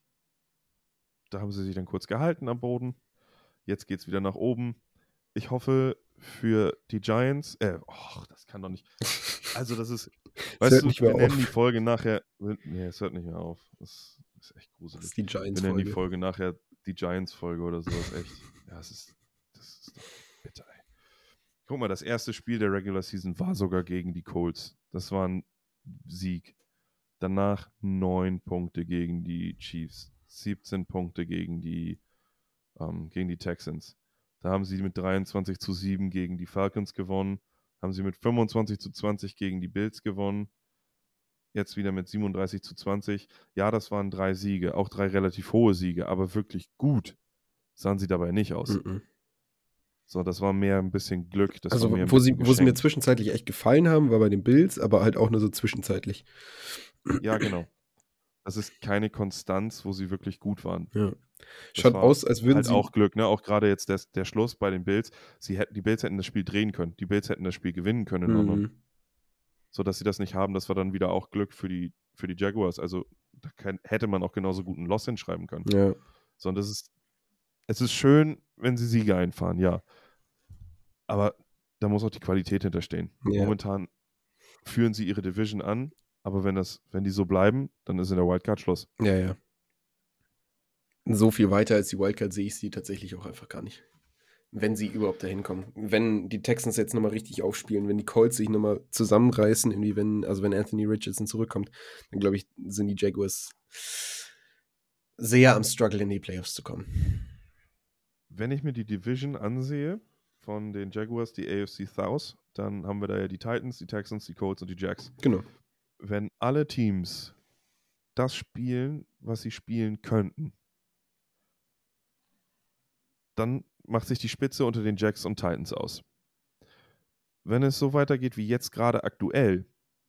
Da haben sie sich dann kurz gehalten am Boden. Jetzt geht es wieder nach oben. Ich hoffe für die Giants, das kann doch nicht. Also das ist, weißt du, wir nennen die Folge nachher, nee, es hört nicht mehr auf. Das ist echt gruselig. Das ist die Giants-Folge. Wir nennen die Folge nachher die Giants-Folge oder so. Das ist echt, ja, das ist doch bitter, ey. Guck mal, das erste Spiel der Regular Season war sogar gegen die Colts. Das war ein Sieg. Danach 9 Punkte gegen die Chiefs, 17 Punkte gegen die Texans. Da haben sie mit 23-7 gegen die Falcons gewonnen, haben sie mit 25-20 gegen die Bills gewonnen, jetzt wieder mit 37-20. Ja, das waren 3 Siege, auch 3 relativ hohe Siege, aber wirklich gut sahen sie dabei nicht aus. So, das war mehr ein bisschen Glück. Wo sie mir zwischenzeitlich echt gefallen haben, war bei den Bills, aber halt auch nur so zwischenzeitlich. Ja, genau. Das ist keine Konstanz, wo sie wirklich gut waren. Ja. Schaut aus, als würden halt sie auch Glück, ne? Auch gerade jetzt der Schluss bei den Bills. Die Bills hätten das Spiel drehen können. Die Bills hätten das Spiel gewinnen können in London. So, dass sie das nicht haben, das war dann wieder auch Glück für die Jaguars. Also da hätte man auch genauso gut einen Loss hinschreiben können. Ja. So, und es ist schön, wenn sie Siege einfahren, ja. Aber da muss auch die Qualität hinterstehen. Ja. Momentan führen sie ihre Division an, aber wenn die so bleiben, dann ist in der Wildcard Schluss. Ja. So viel weiter als die Wildcard sehe ich sie tatsächlich auch einfach gar nicht. Wenn sie überhaupt dahin kommen. Wenn die Texans jetzt nochmal richtig aufspielen, wenn die Colts sich nochmal zusammenreißen, irgendwie wenn Anthony Richardson zurückkommt, dann glaube ich, sind die Jaguars sehr am Struggle in die Playoffs zu kommen. Wenn ich mir die Division ansehe von den Jaguars, die AFC South, dann haben wir da ja die Titans, die Texans, die Colts und die Jags. Genau. Wenn alle Teams das spielen, was sie spielen könnten, dann macht sich die Spitze unter den Jags und Titans aus. Wenn es so weitergeht wie jetzt gerade aktuell,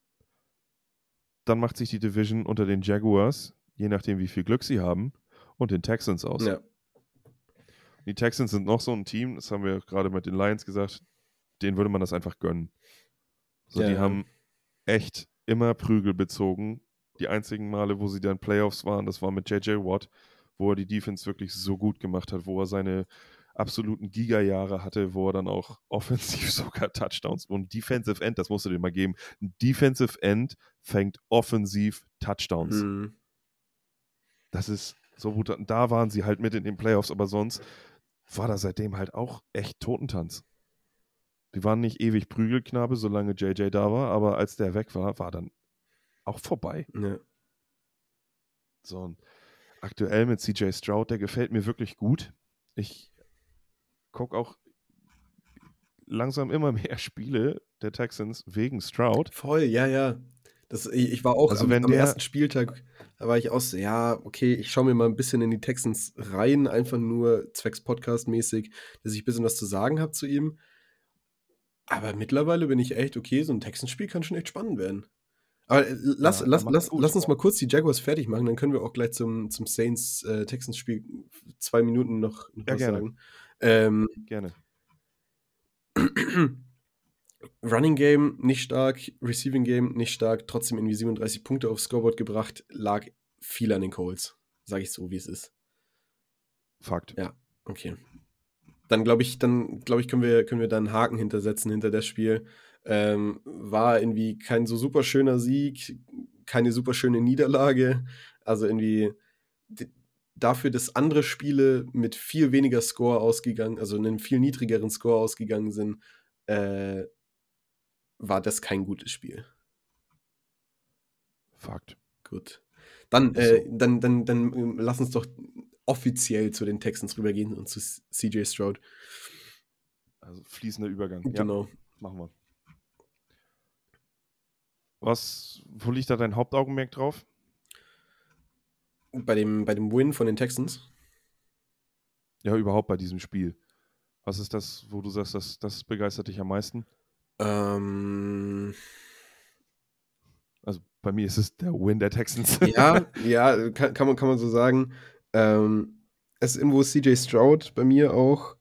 dann macht sich die Division unter den Jaguars, je nachdem wie viel Glück sie haben, und den Texans aus. Ja. Die Texans sind noch so ein Team, das haben wir gerade mit den Lions gesagt, denen würde man das einfach gönnen. So, die haben echt immer Prügel bezogen. Die einzigen Male, wo sie dann Playoffs waren, das war mit J.J. Watt, wo er die Defense wirklich so gut gemacht hat, wo er seine absoluten Giga-Jahre hatte, wo er dann auch offensiv sogar Touchdowns und Defensive End, das musst du dir mal geben. Ein Defensive End fängt offensiv Touchdowns. Das ist so gut. Da waren sie halt mit in den Playoffs, aber sonst war da seitdem halt auch echt Totentanz. Die waren nicht ewig Prügelknabe, solange JJ da war, aber als der weg war, war dann auch vorbei. Ja. So, und aktuell mit CJ Stroud, der gefällt mir wirklich gut. Ich gucke auch langsam immer mehr Spiele der Texans wegen Stroud. Voll, ja. Ich war auch am ersten Spieltag, da war ich auch so, ja, okay, ich schaue mir mal ein bisschen in die Texans rein, einfach nur zwecks Podcast-mäßig, dass ich ein bisschen was zu sagen habe zu ihm. Aber mittlerweile bin ich echt, okay, so ein Texans-Spiel kann schon echt spannend werden. Aber lass uns mal kurz die Jaguars fertig machen, dann können wir auch gleich zum Saints-Texans-Spiel 2 Minuten noch was sagen. Gerne. Running Game nicht stark, Receiving Game nicht stark, trotzdem irgendwie 37 Punkte aufs Scoreboard gebracht, lag viel an den Colts. Sage ich so, wie es ist. Fakt. Ja, okay. Dann glaube ich, können wir da einen Haken hintersetzen hinter das Spiel. War irgendwie kein so super schöner Sieg, keine super schöne Niederlage. Also irgendwie dafür, dass andere Spiele mit viel weniger Score ausgegangen, also einen viel niedrigeren Score ausgegangen sind, war das kein gutes Spiel. Fakt. Gut. Dann, Ist so. dann lass uns doch offiziell zu den Texans rübergehen und zu CJ Stroud. Also fließender Übergang. Genau. Ja, machen wir. Wo liegt da dein Hauptaugenmerk drauf? Bei dem Win von den Texans? Ja, überhaupt bei diesem Spiel. Was ist das, wo du sagst, das begeistert dich am meisten? Also bei mir ist es der Win der Texans. Ja, kann man so sagen. Es ist irgendwo CJ Stroud bei mir auch,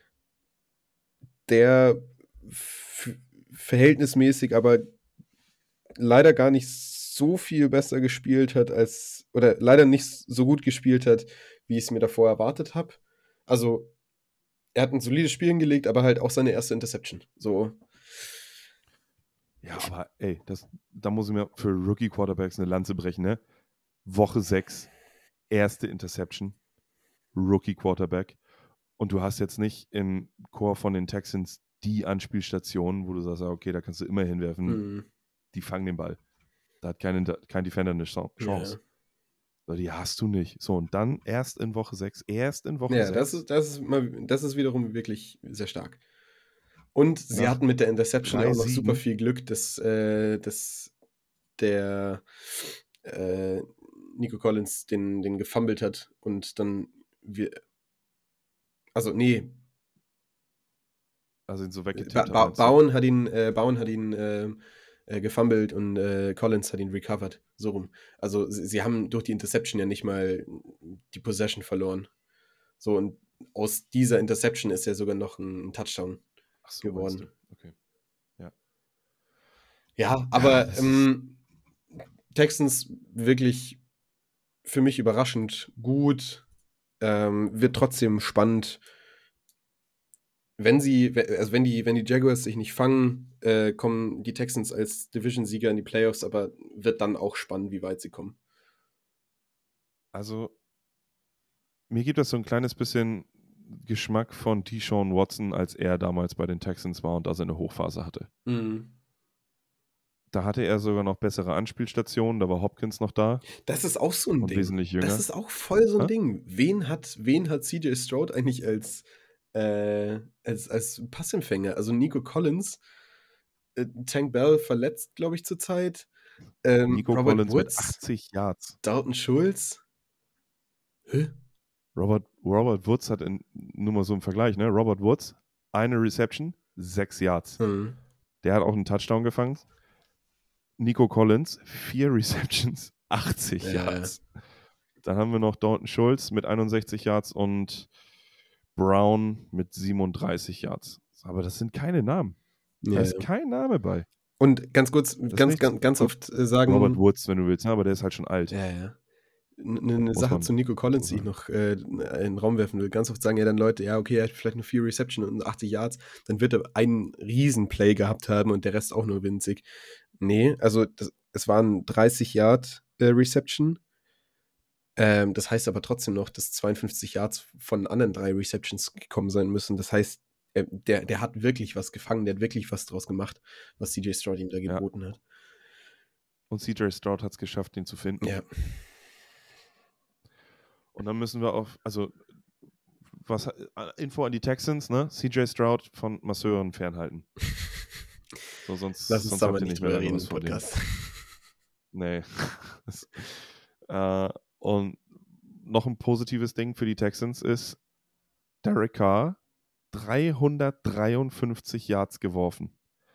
der verhältnismäßig, aber leider gar nicht so viel besser gespielt hat oder leider nicht so gut gespielt hat, wie ich es mir davor erwartet habe. Also, er hat ein solides Spiel hingelegt, aber halt auch seine erste Interception. So. Ja, aber ey, da muss ich mir für Rookie-Quarterbacks eine Lanze brechen, ne? Woche 6, erste Interception, Rookie-Quarterback. Und du hast jetzt nicht im Core von den Texans die Anspielstation, wo du sagst, okay, da kannst du immer hinwerfen. Die fangen den Ball. Da hat kein Defender eine Chance. Ja. So, die hast du nicht. So, und dann erst in Woche 6. Ja, das ist wiederum wirklich sehr stark. Und sie hatten mit der Interception auch noch super viel Glück, dass der Nico Collins den gefummelt hat und dann Also ihn so weggetippt hat. Bowen hat ihn gefummelt und Collins hat ihn recovered. So rum. Also sie haben durch die Interception ja nicht mal die Possession verloren. So, und aus dieser Interception ist ja sogar noch ein Touchdown geworden. Okay. Ja, aber Texans wirklich für mich überraschend gut. Wird trotzdem spannend. Wenn die Jaguars sich nicht fangen, kommen die Texans als Division-Sieger in die Playoffs, aber wird dann auch spannend, wie weit sie kommen. Also, mir gibt das so ein kleines bisschen Geschmack von Deshaun Watson, als er damals bei den Texans war und da seine Hochphase hatte. Da hatte er sogar noch bessere Anspielstationen, da war Hopkins noch da. Das ist auch so ein Ding. Wesentlich jünger. Das ist auch voll so ein Ding. Wen hat CJ Stroud eigentlich als Passempfänger? Also Nico Collins, Tank Bell verletzt, glaube ich, zurzeit. Nico Robert Collins Woods, mit 80 Yards. Dalton Schulz. Robert Woods hat nur mal so im Vergleich, ne? Robert Woods, eine Reception, 6 Yards. Der hat auch einen Touchdown gefangen. Nico Collins, 4 Receptions, 80 Yards. Dann haben wir noch Dalton Schulz mit 61 Yards und Brown mit 37 Yards. Aber das sind keine Namen. Da ist kein Name bei. Und ganz kurz, ganz oft sagen. Robert Woods, wenn du willst, aber der ist halt schon alt. Ja. Eine Sache zu Nico Collins, die ich noch in den Raum werfen will. Ganz oft sagen ja dann Leute, ja, okay, er hat vielleicht nur 4 Reception und 80 Yards, dann wird er einen Riesenplay gehabt haben und der Rest auch nur winzig. Nee, also es waren 30 Yard Reception. Das heißt aber trotzdem noch, dass 52 Yards von anderen 3 Receptions gekommen sein müssen. Das heißt, der hat wirklich was gefangen, der hat wirklich was draus gemacht, was CJ Stroud ihm da geboten hat. Und CJ Stroud hat es geschafft, ihn zu finden. Ja. Und dann müssen wir Info an die Texans, ne? CJ Stroud von Masseuren fernhalten. So, sonst habt ihr nicht mehr reden im Podcast. Nee. Und noch ein positives Ding für die Texans ist, Derek Carr 353 Yards geworfen.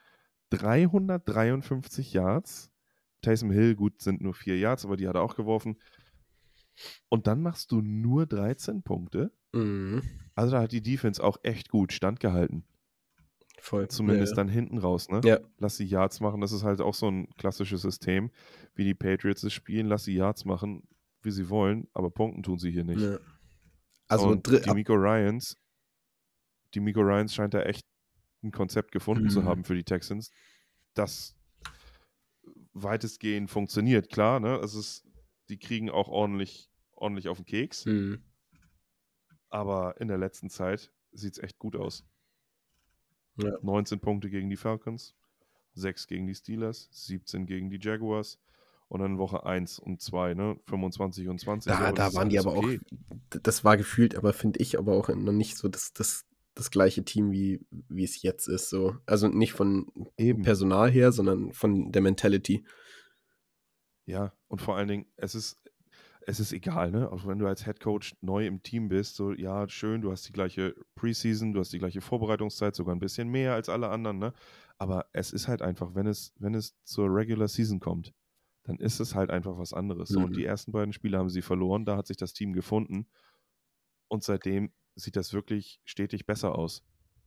353 Yards. Taysom Hill, gut, sind nur 4 Yards, aber die hat er auch geworfen. Und dann machst du nur 13 Punkte. Also da hat die Defense auch echt gut standgehalten. Voll. Zumindest dann hinten raus, ne? Ja. Lass die Yards machen. Das ist halt auch so ein klassisches System, wie die Patriots es spielen. Lass die Yards machen, wie sie wollen, aber punkten tun sie hier nicht. Ja. Also und die Miko Ryans scheint da echt ein Konzept gefunden zu haben für die Texans, das weitestgehend funktioniert. Klar, ne? Die kriegen auch ordentlich ordentlich auf den Keks. Aber in der letzten Zeit sieht es echt gut aus. Ja. 19 Punkte gegen die Falcons, 6 gegen die Steelers, 17 gegen die Jaguars und dann Woche 1 und 2, ne? 25 und 20. Da waren die aber okay. Auch, das war gefühlt, aber finde ich aber auch noch nicht so das gleiche Team, wie es jetzt ist. So. Also nicht von Personal her, sondern von der Mentality. Ja, und vor allen Dingen, es ist egal, ne? Auch wenn du als Headcoach neu im Team bist, so, ja, schön, du hast die gleiche Preseason, du hast die gleiche Vorbereitungszeit, sogar ein bisschen mehr als alle anderen, ne? Aber es ist halt einfach, wenn es zur Regular Season kommt, dann ist es halt einfach was anderes. So, und die ersten beiden Spiele haben sie verloren, da hat sich das Team gefunden und seitdem sieht das wirklich stetig besser aus.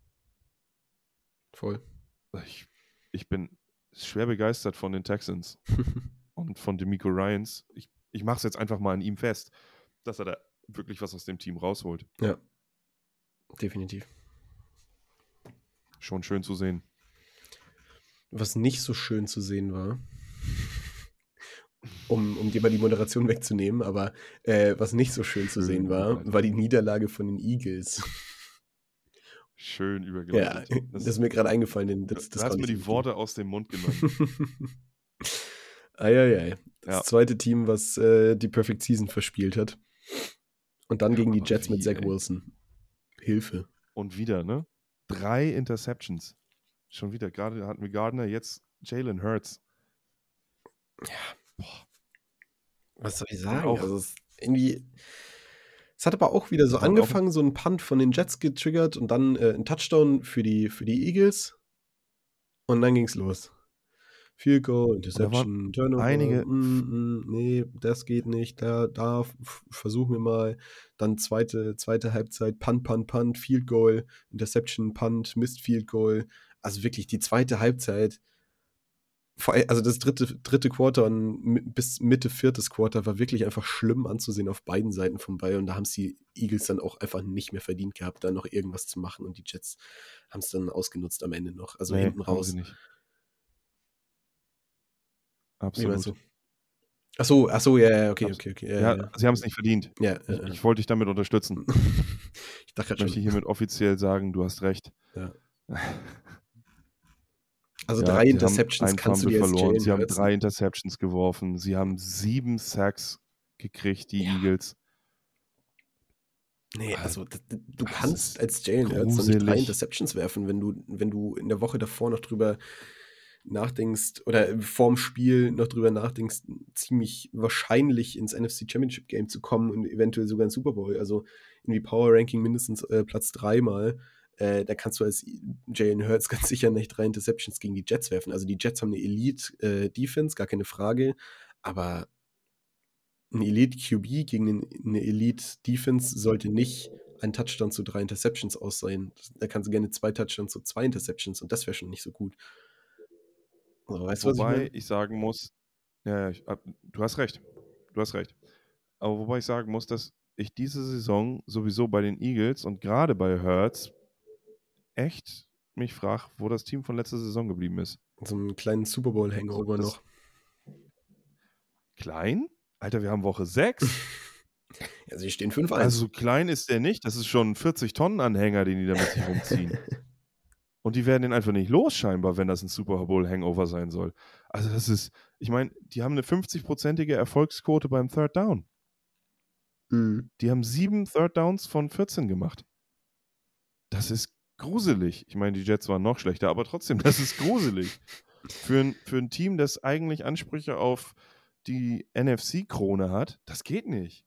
Voll. Ich bin schwer begeistert von den Texans und von DeMeco Ryans. Ich mache es jetzt einfach mal an ihm fest, dass er da wirklich was aus dem Team rausholt. Ja, definitiv. Schon schön zu sehen. Was nicht so schön zu sehen war, um dir mal die Moderation wegzunehmen, aber was nicht so schön zu sehen war die Niederlage von den Eagles. Schön übergeleitet. Ja, das ist mir gerade eingefallen. Du hast mir die Worte aus dem Mund genommen. Eieiei. Das zweite Team, was die Perfect Season verspielt hat. Und dann gegen die Jets mit Zach Wilson. Hilfe. Und wieder, ne? 3 Interceptions. Schon wieder. Gerade hatten wir Gardner, jetzt Jalen Hurts. Ja. Boah. Was soll ich sagen? Also es hat aber auch wieder so angefangen, so ein Punt von den Jets getriggert und dann ein Touchdown für die Eagles. Und dann ging's los. Field Goal, Interception, Turnover. Einige. Nee, das geht nicht. Da versuchen wir mal. Dann zweite Halbzeit, Punt, Field Goal, Interception, Punt, Missed Field Goal. Also wirklich die zweite Halbzeit. Also das dritte Quarter und bis Mitte viertes Quarter war wirklich einfach schlimm anzusehen auf beiden Seiten vom Ball. Und da haben es die Eagles dann auch einfach nicht mehr verdient gehabt, da noch irgendwas zu machen. Und die Jets haben es dann ausgenutzt am Ende noch. Also hinten raus. Sie nicht. Absolut. Achso, ja, okay. Ja, sie haben es nicht verdient. Ja, ich wollte dich damit unterstützen. Ich dachte ich möchte hiermit offiziell sagen, du hast recht. Ja. Also 3 Interceptions kannst du dir verloren. Sie haben 3 Interceptions geworfen. Sie haben 7 Sacks gekriegt, die Eagles. Nee, also du kannst als Jalen Hurts noch nicht 3 Interceptions werfen, wenn du in der Woche davor noch drüber nachdenkst oder vorm Spiel noch drüber nachdenkst, ziemlich wahrscheinlich ins NFC Championship Game zu kommen und eventuell sogar ins Super Bowl. Also irgendwie Power Ranking mindestens Platz 3 mal. Da kannst du als Jalen Hurts ganz sicher nicht 3 Interceptions gegen die Jets werfen. Also die Jets haben eine Elite-Defense, gar keine Frage, aber ein Elite-QB gegen eine Elite-Defense sollte nicht ein Touchdown zu 3 Interceptions aus sein. Da kannst du gerne 2 Touchdowns zu 2 Interceptions und das wäre schon nicht so gut. Also, weißt du, wobei ich sagen muss, ja, du hast recht. Aber wobei ich sagen muss, dass ich diese Saison sowieso bei den Eagles und gerade bei Hurts echt mich frage, wo das Team von letzter Saison geblieben ist. So einen kleinen Super Bowl-Hangover noch. Klein? Alter, wir haben Woche 6. Ja, sie stehen 5-1. Also so klein ist der nicht. Das ist schon ein 40-Tonnen-Anhänger, den die da mit sich rumziehen. Und die werden den einfach nicht los, scheinbar, wenn das ein Super Bowl-Hangover sein soll. Also das ist, ich meine, die haben eine 50-prozentige Erfolgsquote beim Third Down. Die haben 7 Third Downs von 14 gemacht. Das ist gruselig. Ich meine, die Jets waren noch schlechter, aber trotzdem, das ist gruselig. Für ein Team, das eigentlich Ansprüche auf die NFC-Krone hat, das geht nicht.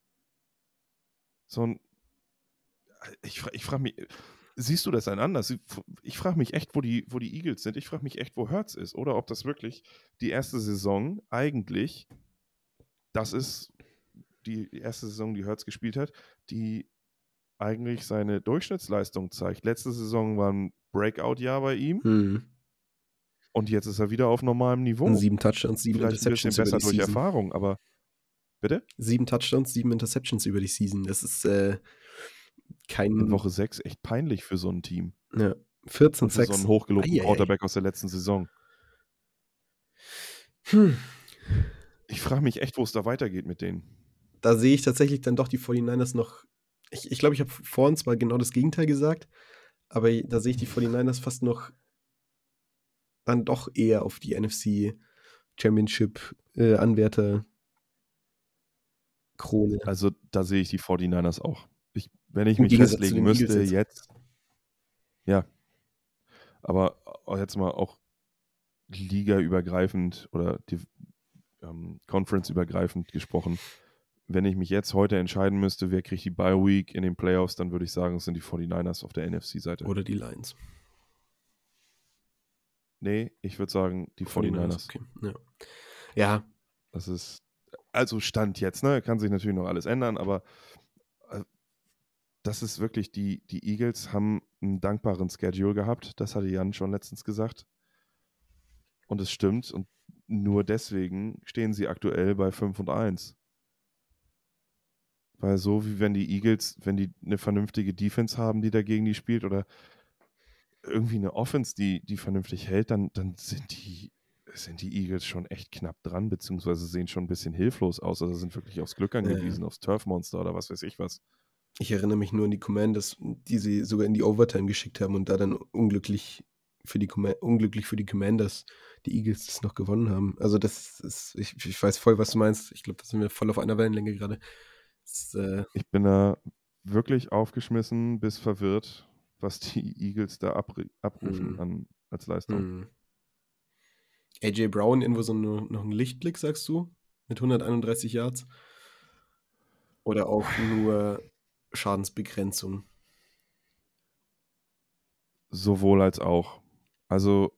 Ich frage mich, siehst du das anders? Ich frage mich echt, wo die Eagles sind. Ich frage mich echt, wo Hurts ist. Oder ob das wirklich die erste Saison eigentlich, das ist die erste Saison, die Hurts gespielt hat, die eigentlich seine Durchschnittsleistung zeigt. Letzte Saison war ein Breakout-Jahr bei ihm. Und jetzt ist er wieder auf normalem Niveau. 7 Touchdowns, 7 Vielleicht Interceptions ein bisschen besser über die durch Season. Erfahrung, aber bitte? 7 Touchdowns, 7 Interceptions über die Season. Das ist kein... In Woche 6 echt peinlich für so ein Team. Ja, 14 und für so einen hochgelobten Quarterback aus der letzten Saison. Ich frage mich echt, wo es da weitergeht mit denen. da sehe ich tatsächlich dann doch die 49ers noch. Ich glaube, ich habe vorhin zwar genau das Gegenteil gesagt, aber da sehe ich die 49ers fast noch dann doch eher auf die NFC Championship Anwärter Krone. Also da sehe ich die 49ers auch. Wenn ich Im mich Gegensatz zu festlegen den müsste, Eagles jetzt. Ja. Aber jetzt mal auch ligaübergreifend oder Conference-übergreifend gesprochen. Wenn ich mich jetzt heute entscheiden müsste, wer kriegt die Bye Week in den Playoffs, dann würde ich sagen, es sind die 49ers auf der NFC-Seite. Oder die Lions. Nee, ich würde sagen, die 49ers. Okay. Ja. Das ist, also Stand jetzt, ne? Kann sich natürlich noch alles ändern, aber das ist wirklich, die Eagles haben einen dankbaren Schedule gehabt. Das hatte Jan schon letztens gesagt. Und es stimmt. Und nur deswegen stehen sie aktuell bei 5-1. Weil so wie wenn die Eagles, wenn die eine vernünftige Defense haben, die dagegen die spielt, oder irgendwie eine Offense, die vernünftig hält, dann sind die Eagles schon echt knapp dran, beziehungsweise sehen schon ein bisschen hilflos aus. Also sind wirklich aufs Glück angewiesen, aufs Turf-Monster oder was weiß ich was. Ich erinnere mich nur an die Commanders, die sie sogar in die Overtime geschickt haben und da dann unglücklich für die Commanders die Eagles das noch gewonnen haben. Also das ist, ich weiß voll, was du meinst. Ich glaube, da sind wir voll auf einer Wellenlänge gerade. Ich bin da wirklich aufgeschmissen bis verwirrt, was die Eagles da abrufen als Leistung. AJ Brown irgendwo noch ein Lichtblick, sagst du? Mit 131 Yards? Oder auch nur Schadensbegrenzung? Sowohl als auch. Also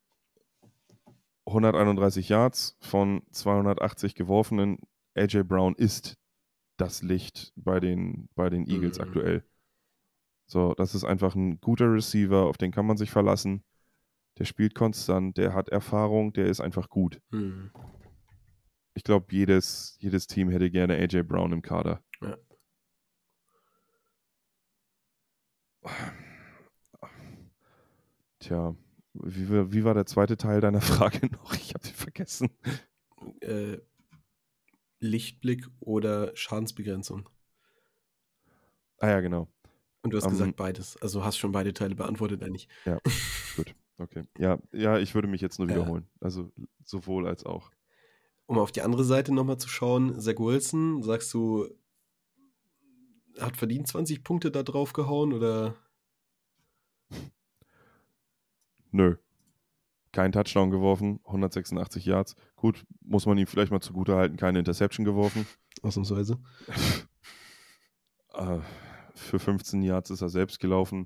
131 Yards von 280 geworfenen. AJ Brown ist das Licht bei den Eagles aktuell. So, das ist einfach ein guter Receiver, auf den kann man sich verlassen. Der spielt konstant, der hat Erfahrung, der ist einfach gut. Ich glaube, jedes Team hätte gerne AJ Brown im Kader. Ja. Tja, wie war der zweite Teil deiner Frage noch? Ich habe sie vergessen. Lichtblick oder Schadensbegrenzung? Ah ja, genau. Und du hast gesagt beides. Also hast schon beide Teile beantwortet eigentlich. Ja, gut. Okay. Ja, ich würde mich jetzt nur wiederholen. Also sowohl als auch. Um auf die andere Seite nochmal zu schauen, Zach Wilson, sagst du, hat verdient 20 Punkte da drauf gehauen oder? Nö. Kein Touchdown geworfen, 186 Yards. Gut, muss man ihm vielleicht mal zugute halten, keine Interception geworfen. Ausnahmsweise. Für 15 Yards ist er selbst gelaufen.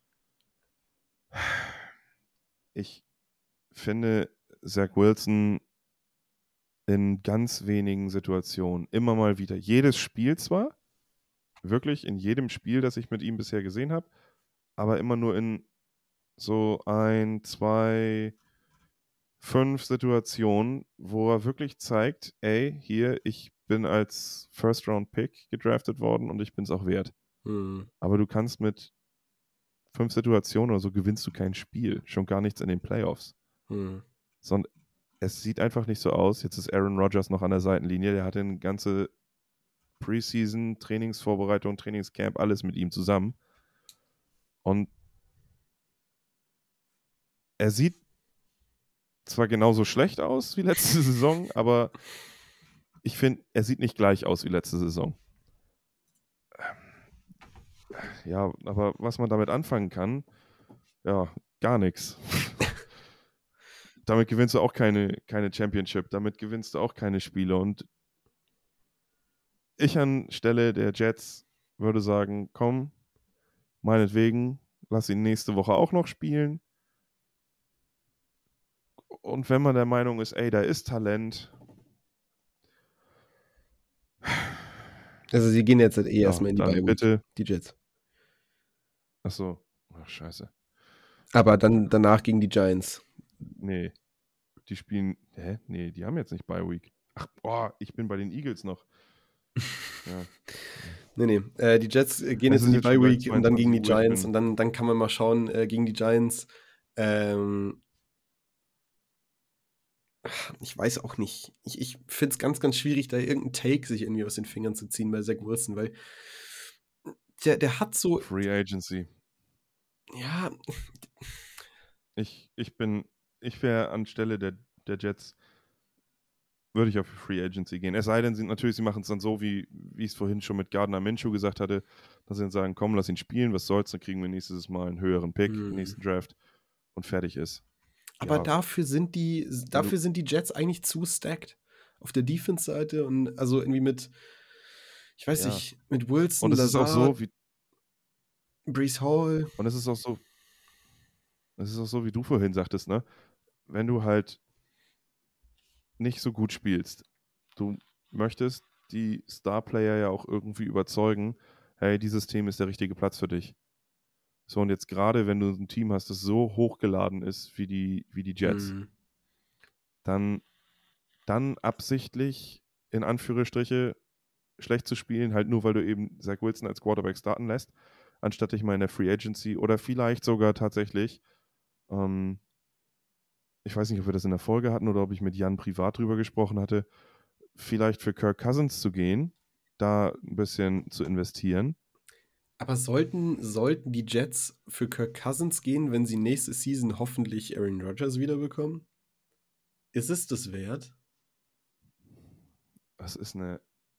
Ich finde Zach Wilson in ganz wenigen Situationen immer mal wieder, jedes Spiel zwar, wirklich in jedem Spiel, das ich mit ihm bisher gesehen habe, aber immer nur in so 1, 2, 5 Situationen, wo er wirklich zeigt, ey, hier, ich bin als First-Round-Pick gedraftet worden und ich bin es auch wert. Aber du kannst mit 5 Situationen oder so gewinnst du kein Spiel, schon gar nichts in den Playoffs. Sondern es sieht einfach nicht so aus. Jetzt ist Aaron Rodgers noch an der Seitenlinie, der hatte eine ganze Preseason, Trainingsvorbereitung, Trainingscamp, alles mit ihm zusammen. Und er sieht zwar genauso schlecht aus wie letzte Saison, aber ich finde, er sieht nicht gleich aus wie letzte Saison. Ja, aber was man damit anfangen kann, ja, gar nichts. Damit gewinnst du auch keine Championship, damit gewinnst du auch keine Spiele. Und ich anstelle der Jets würde sagen, komm, meinetwegen, lass ihn nächste Woche auch noch spielen. Und wenn man der Meinung ist, ey, da ist Talent. Also sie gehen jetzt halt erstmal in die Bye Week, die Jets. Achso, ach scheiße. Aber dann danach gegen die Giants. Nee, die spielen, nee, die haben jetzt nicht Bye Week. Ach, boah, ich bin bei den Eagles noch. Ja. Nee, die Jets gehen jetzt in die Bye Week und dann gegen die Giants und dann kann man mal schauen, gegen die Giants, Ich weiß auch nicht. Ich finde es ganz, ganz schwierig, da irgendein Take sich irgendwie aus den Fingern zu ziehen bei Zach Wilson, weil der hat so, Free Agency. ja, Ich wäre anstelle der Jets, würde ich auf Free Agency gehen. Es sei denn, sie machen es dann so, wie ich es vorhin schon mit Gardner Minshew gesagt hatte, dass sie dann sagen, komm, lass ihn spielen, was soll's, dann kriegen wir nächstes Mal einen höheren Pick, nächsten Draft und fertig ist. aber Ja, dafür sind die Jets eigentlich zu stacked. Auf der Defense-Seite und also irgendwie mit, ich weiß ja. nicht, mit Wilson, Und es ist auch so, Lazard, Breece Hall. und es ist auch so, wie du vorhin sagtest, ne? Wenn du halt nicht so gut spielst, du möchtest die Star-Player ja auch irgendwie überzeugen, hey, dieses Team ist der richtige Platz für dich. So, und jetzt gerade, wenn du ein Team hast, das so hochgeladen ist wie die Jets, dann absichtlich, in Anführungsstriche, schlecht zu spielen, halt nur, weil du eben Zach Wilson als Quarterback starten lässt, anstatt dich mal in der Free Agency oder vielleicht sogar tatsächlich, ich weiß nicht, ob wir das in der Folge hatten oder ob ich mit Jan privat drüber gesprochen hatte, vielleicht für Kirk Cousins zu gehen, da ein bisschen zu investieren. Aber sollten die Jets für Kirk Cousins gehen, wenn sie nächste Season hoffentlich Aaron Rodgers wiederbekommen? Ist es das wert? Das ist eine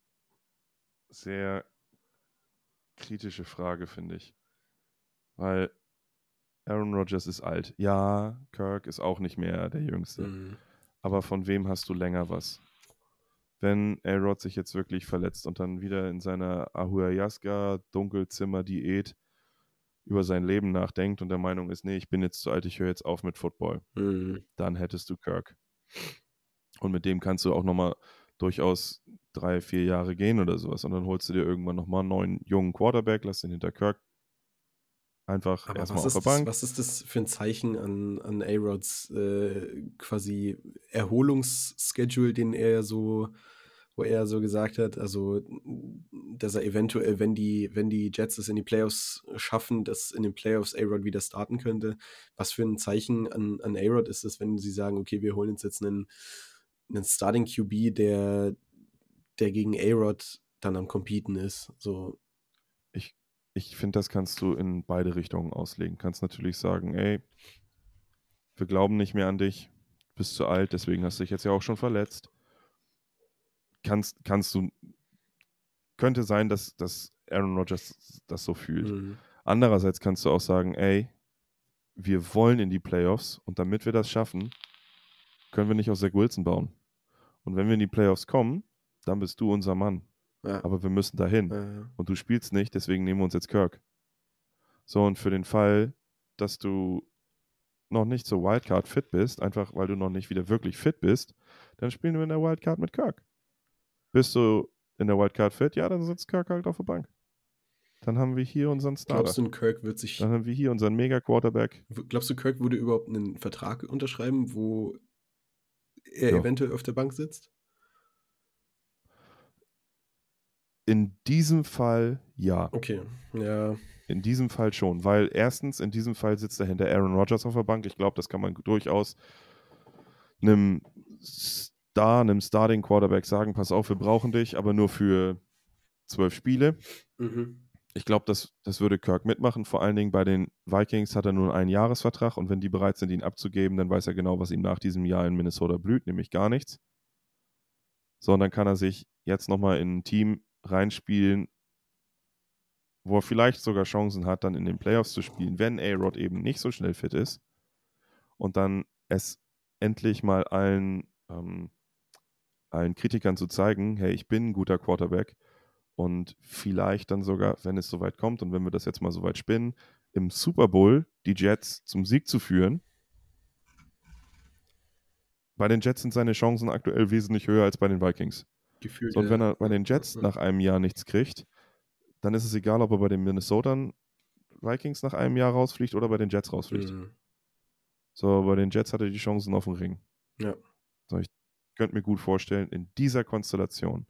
sehr kritische Frage, finde ich. Weil Aaron Rodgers ist alt. Ja, Kirk ist auch nicht mehr der Jüngste. Aber von wem hast du länger was? Wenn A-Rod sich jetzt wirklich verletzt und dann wieder in seiner Ayahuasca-Dunkelzimmer-Diät über sein Leben nachdenkt und der Meinung ist, nee, ich bin jetzt zu alt, ich höre jetzt auf mit Football, dann hättest du Kirk. Und mit dem kannst du auch nochmal durchaus 3, 4 Jahre gehen oder sowas. Und dann holst du dir irgendwann nochmal einen neuen jungen Quarterback, lass den hinter Kirk einfach Aber erstmal auf der Bank. was ist das für ein Zeichen an A-Rods quasi Erholungsschedule, wo er so gesagt hat, also dass er eventuell, wenn die Jets es in die Playoffs schaffen, dass in den Playoffs A-Rod wieder starten könnte. Was für ein Zeichen an A-Rod ist es, wenn sie sagen, okay, wir holen uns jetzt einen Starting QB, der gegen A-Rod dann am Competen ist. So. Ich finde, das kannst du in beide Richtungen auslegen. Kannst natürlich sagen, ey, wir glauben nicht mehr an dich, bist zu alt, deswegen hast du dich jetzt ja auch schon verletzt. Könnte sein, dass Aaron Rodgers das so fühlt. Andererseits kannst du auch sagen, ey, wir wollen in die Playoffs und damit wir das schaffen, können wir nicht auf Zach Wilson bauen. Und wenn wir in die Playoffs kommen, dann bist du unser Mann. Ja. Aber wir müssen dahin. Und du spielst nicht, deswegen nehmen wir uns jetzt Kirk. So, und für den Fall, dass du noch nicht so Wildcard fit bist, einfach weil du noch nicht wieder wirklich fit bist, dann spielen wir in der Wildcard mit Kirk. Bist du in der Wildcard fit? Ja, dann sitzt Kirk halt auf der Bank. Dann haben wir hier unseren Starter. Glaubst du, Kirk wird sich. Dann haben wir hier unseren Mega-Quarterback. Glaubst du, Kirk würde überhaupt einen Vertrag unterschreiben, wo er eventuell auf der Bank sitzt? In diesem Fall ja. Okay, ja. In diesem Fall schon, weil erstens, in diesem Fall sitzt dahinter Aaron Rodgers auf der Bank. Ich glaube, das kann man durchaus einem Starting Quarterback sagen, pass auf, wir brauchen dich, aber nur für 12 Spiele. Ich glaube, das würde Kirk mitmachen. Vor allen Dingen bei den Vikings hat er nur einen Jahresvertrag und wenn die bereit sind, ihn abzugeben, dann weiß er genau, was ihm nach diesem Jahr in Minnesota blüht, nämlich gar nichts. So, und dann kann er sich jetzt nochmal in ein Team reinspielen, wo er vielleicht sogar Chancen hat, dann in den Playoffs zu spielen, wenn A-Rod eben nicht so schnell fit ist und dann es endlich mal allen Kritikern zu zeigen, hey, ich bin ein guter Quarterback und vielleicht dann sogar, wenn es soweit kommt und wenn wir das jetzt mal soweit spinnen, im Super Bowl die Jets zum Sieg zu führen. Bei den Jets sind seine Chancen aktuell wesentlich höher als bei den Vikings. So, und wenn er bei den Jets nach einem Jahr nichts kriegt, dann ist es egal, ob er bei den Minnesota Vikings nach einem Jahr rausfliegt oder bei den Jets rausfliegt. So, bei den Jets hat er die Chancen auf den Ring. Ja. So, ich könnte mir gut vorstellen, in dieser Konstellation,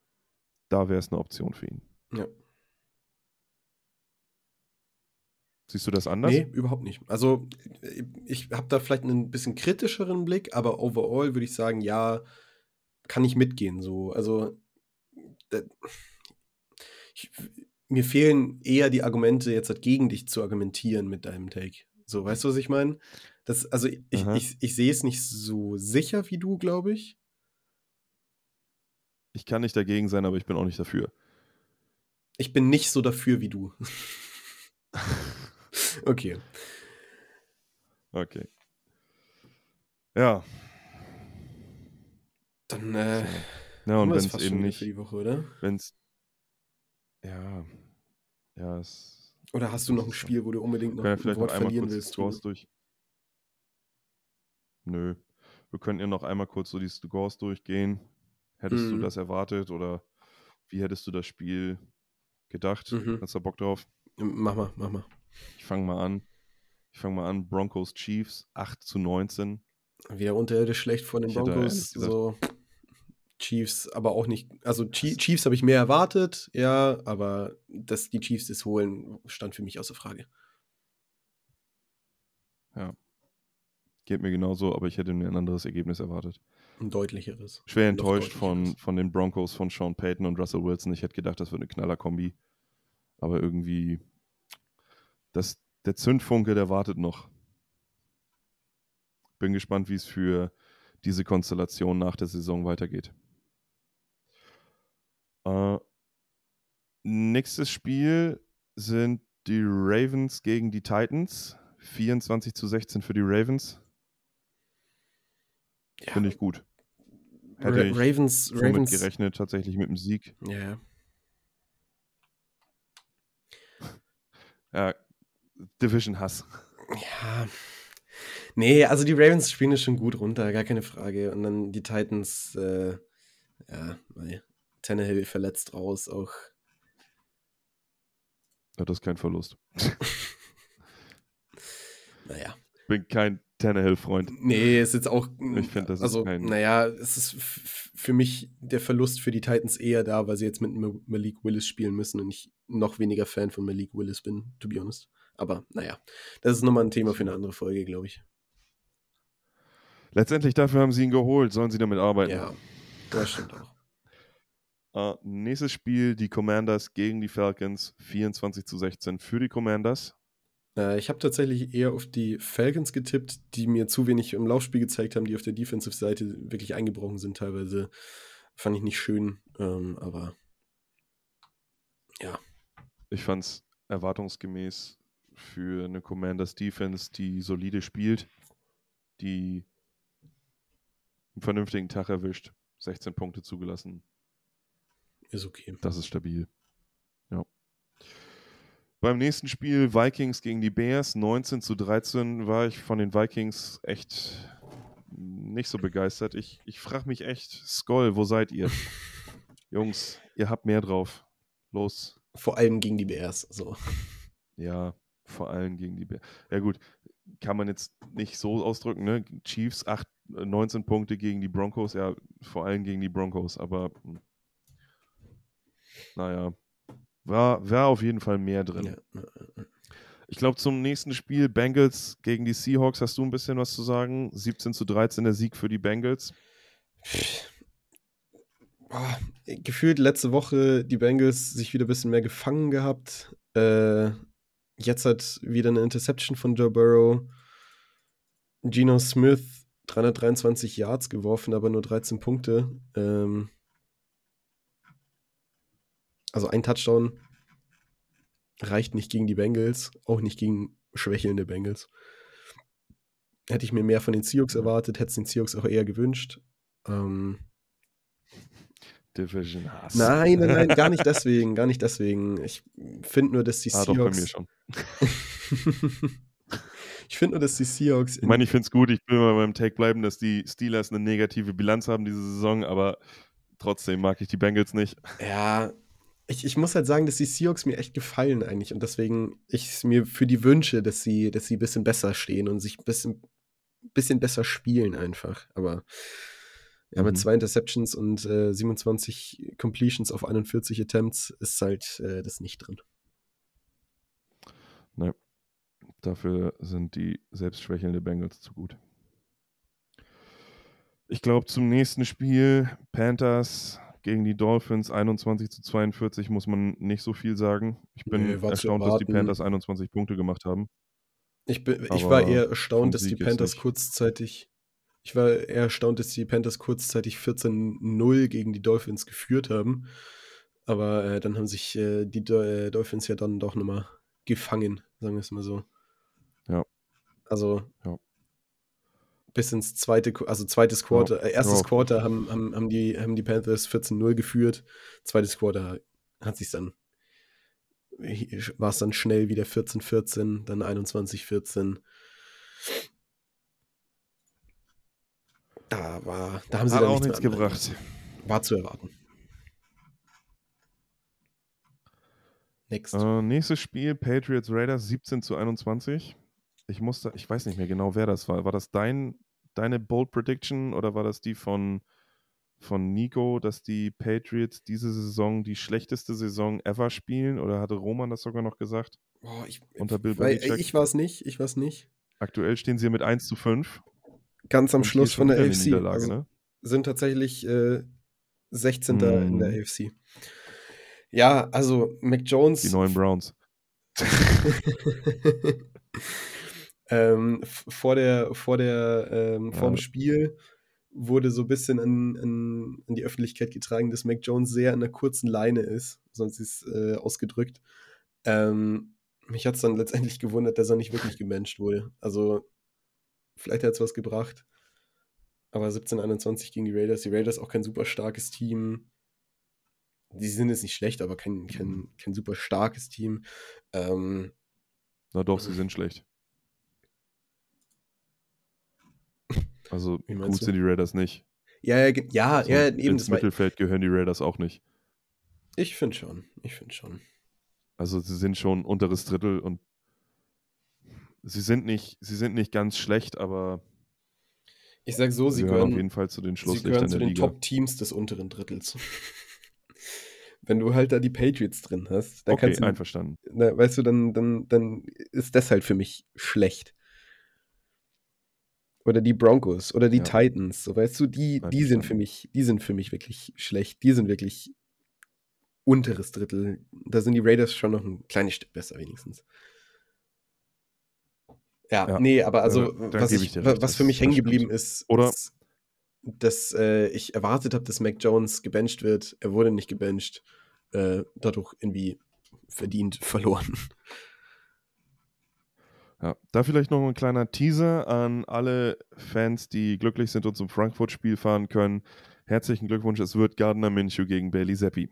da wäre es eine Option für ihn. Ja. Siehst du das anders? Nee, überhaupt nicht. Also, ich habe da vielleicht einen bisschen kritischeren Blick, aber overall würde ich sagen, ja, kann ich mitgehen so. Also, da ich mir fehlen eher die Argumente, jetzt halt gegen dich zu argumentieren mit deinem Take. So, weißt du, was ich meine? Also, Aha. ich sehe es nicht so sicher wie du, glaube ich. Ich kann nicht dagegen sein, aber ich bin auch nicht dafür. Ich bin nicht so dafür wie du. Okay. Okay. Ja. Dann So. Ja, haben und wir es wenn es fast schon eben wieder für nicht, die Woche, oder? wenn es, ja, ja, Oder hast du das noch ein ist so. Spiel, wo du unbedingt noch Können ja ein vielleicht noch Wort einmal verlieren kurz die willst drüber? Scores durch. Nö. Wir können ja noch einmal kurz so die Scores durchgehen. Hättest du das erwartet oder wie hättest du das Spiel gedacht? Hast du da Bock drauf? Mach mal. Ich fange mal an. Broncos Chiefs 8-19. Wieder unterirdisch schlecht von den Ich hätte ehrlich Broncos, gesagt, so Chiefs, aber auch nicht. Also das, Chiefs habe ich mehr erwartet, ja, aber dass die Chiefs das holen, stand für mich außer Frage. ja, geht mir genauso, aber ich hätte mir ein anderes Ergebnis erwartet. Ein deutlicheres. Schwer Noch enttäuscht deutlicheres. von den Broncos, von Sean Payton und Russell Wilson. Ich hätte gedacht, das wird eine Knaller-Kombi. Aber irgendwie, der Zündfunke, der wartet noch. Bin gespannt, wie es für diese Konstellation nach der Saison weitergeht. Nächstes Spiel sind die Ravens gegen die Titans. 24-16 für die Ravens. Ja. Finde ich gut. Hätte ich Ravens gerechnet, tatsächlich mit dem Sieg. Ja. Ja, Division-Hass. Ja. Nee, also die Ravens spielen es schon gut runter, gar keine Frage. Und dann die Titans, ja, Tannehill verletzt raus, auch. Ja, das ist kein Verlust. Naja. Bin kein Tannehill-Freund. Nee, ist jetzt auch. Ich finde, das also, ist kein. naja, es ist für mich der Verlust für die Titans eher da, weil sie jetzt mit Malik Willis spielen müssen und ich noch weniger Fan von Malik Willis bin, to be honest. Aber naja, das ist nochmal ein Thema für eine andere Folge, glaube ich. Letztendlich dafür haben sie ihn geholt, sollen sie damit arbeiten. Ja, das stimmt auch. Nächstes Spiel, die Commanders gegen die Falcons, 24-16 für die Commanders. Ich habe tatsächlich eher auf die Falcons getippt, die mir zu wenig im Laufspiel gezeigt haben, die auf der Defensive-Seite wirklich eingebrochen sind teilweise. Fand ich nicht schön, aber ja. Ich fand es erwartungsgemäß für eine Commanders Defense, die solide spielt, die einen vernünftigen Tag erwischt, 16 Punkte zugelassen. Ist okay. Das ist stabil. Ja. Beim nächsten Spiel Vikings gegen die Bears, 19-13, war ich von den Vikings echt nicht so begeistert. Ich frage mich echt, Skoll, wo seid ihr? Jungs, ihr habt mehr drauf. Los. Vor allem gegen die Bears. So. Ja, vor allem gegen die Bears. Ja gut, kann man jetzt nicht so ausdrücken, ne? Chiefs 19 Punkte gegen die Broncos, ja, vor allem gegen die Broncos, aber naja, war auf jeden Fall mehr drin. Ja. Ich glaube, zum nächsten Spiel Bengals gegen die Seahawks hast du ein bisschen was zu sagen. 17-13 der Sieg für die Bengals. Gefühlt letzte Woche die Bengals sich wieder ein bisschen mehr gefangen gehabt. Jetzt hat wieder eine Interception von Joe Burrow. Geno Smith 323 Yards geworfen, aber nur 13 Punkte. Also ein Touchdown reicht nicht gegen die Bengals, auch nicht gegen schwächelnde Bengals. Hätte ich mir mehr von den Seahawks erwartet, hätte es den Seahawks auch eher gewünscht. Division Hass. Nein, gar nicht deswegen. Ich finde nur, dass die Seahawks. Doch, bei mir schon. Ich finde nur, dass die Seahawks. Ich meine, ich finde es gut, ich will mal beim Take bleiben, dass die Steelers eine negative Bilanz haben diese Saison, aber trotzdem mag ich die Bengals nicht. Ja, ich muss halt sagen, dass die Seahawks mir echt gefallen eigentlich und deswegen ich es mir für die wünsche, dass sie ein bisschen besser stehen und sich ein bisschen besser spielen einfach. Aber ja, mit 2 Interceptions und 27 Completions auf 41 Attempts ist halt das nicht drin. Ne. Dafür sind die selbstschwächelnde Bengals zu gut. Ich glaube, zum nächsten Spiel, Panthers gegen die Dolphins, 21-42, muss man nicht so viel sagen. Ich bin war zu erstaunt, dass die erwarten. Panthers 21 Punkte gemacht haben. Ich war Aber eher vom erstaunt, dass die Sieg jetzt Panthers nicht. kurzzeitig 14-0 gegen die Dolphins geführt haben. Aber dann haben sich die Dolphins ja dann doch nochmal gefangen, sagen wir es mal so. Ja. Also Ja. bis ins zweites Quarter. Erstes Ja. Quarter haben die Panthers 14-0 geführt. Zweites Quarter war es dann schnell wieder 14-14, dann 21-14. Da haben sie Hat dann auch nichts nichts mehr gebracht. War zu erwarten. Next. Nächstes Spiel, Patriots Raiders 17-21. Ich weiß nicht mehr genau, wer das war. War das deine Bold Prediction oder war das die von Nico, dass die Patriots diese Saison die schlechteste Saison ever spielen? Oder hatte Roman das sogar noch gesagt? Unter Bill Belichick? Ich war es nicht. Aktuell stehen sie mit 1-5. Ganz am Und hier Schluss ist schon von der wieder eine AFC. Niederlage, Also ne? sind tatsächlich 16. in der AFC. Ja, also Mac Jones. Die neuen Browns. Vor dem Spiel wurde so ein bisschen an die Öffentlichkeit getragen, dass Mac Jones sehr an der kurzen Leine ist, sonst ist es ausgedrückt. Mich hat es dann letztendlich gewundert, dass er nicht wirklich gemanagt wurde. Also vielleicht hat es was gebracht, aber 17-21 gegen die Raiders. Die Raiders auch kein super starkes Team. Die sind jetzt nicht schlecht, aber kein super starkes Team. Na doch, sie sind schlecht. Also gut sind die Raiders nicht. Ja, eben. Ins Mittelfeld gehören die Raiders auch nicht. Ich finde schon. Also sie sind schon unteres Drittel und sie sind nicht ganz schlecht, aber ich sag so, sie gehören auf jeden Fall zu den Schlusslichtern der Liga. Sie gehören zu den Top-Teams des unteren Drittels. Wenn du halt da die Patriots drin hast, dann kannst du. Einverstanden. Weißt du, dann ist das halt für mich schlecht. Oder die Broncos oder die Titans, so weißt du, die sind für mich wirklich schlecht. Die sind wirklich unteres Drittel. Da sind die Raiders schon noch ein kleines Stück besser wenigstens. Ja, nee, aber also was für mich hängen geblieben ist, dass ich erwartet habe, dass Mac Jones gebencht wird. Er wurde nicht gebencht. Dadurch irgendwie verdient verloren. Ja, da vielleicht noch ein kleiner Teaser an alle Fans, die glücklich sind und zum Frankfurt-Spiel fahren können. Herzlichen Glückwunsch, es wird Gardner Minshew gegen Bailey Zappi.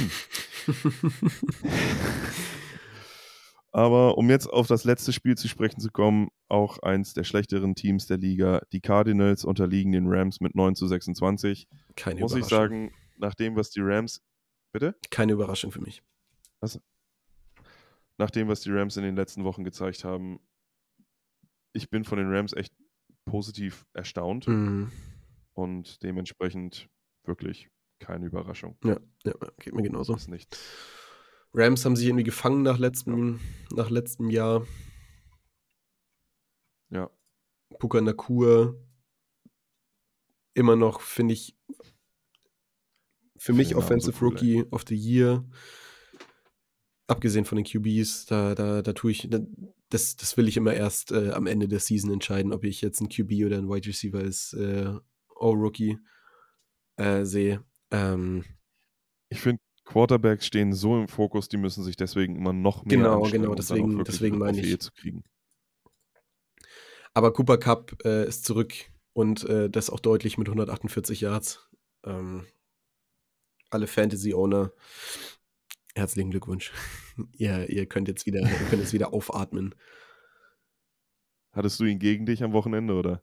Aber um jetzt auf das letzte Spiel zu sprechen zu kommen, auch eins der schlechteren Teams der Liga. Die Cardinals unterliegen den Rams mit 9-26. Keine Muss Überraschung. ich sagen, nach dem, was die Rams... Bitte? Keine Überraschung für mich. Was? Nach dem, was die Rams in den letzten Wochen gezeigt haben, ich bin von den Rams echt positiv erstaunt. Und dementsprechend wirklich keine Überraschung. Ja, geht mir genauso. Das ist nichts. Rams haben sich irgendwie gefangen nach letztem Jahr. Ja. Puka Nacua immer noch, finde ich, für mich Offensive Rookie of the Year. Abgesehen von den QBs, da tue ich, das will ich immer erst am Ende der Season entscheiden, ob ich jetzt einen QB oder einen Wide Receiver als All-Rookie sehe. Ich finde, Quarterbacks stehen so im Fokus, die müssen sich deswegen immer noch mehr anstrengen, deswegen meine ich. Zu kriegen. Aber Cooper Kupp ist zurück und das auch deutlich mit 148 Yards. Alle Fantasy-Owner, herzlichen Glückwunsch. ihr könnt jetzt wieder aufatmen. Hattest du ihn gegen dich am Wochenende, oder?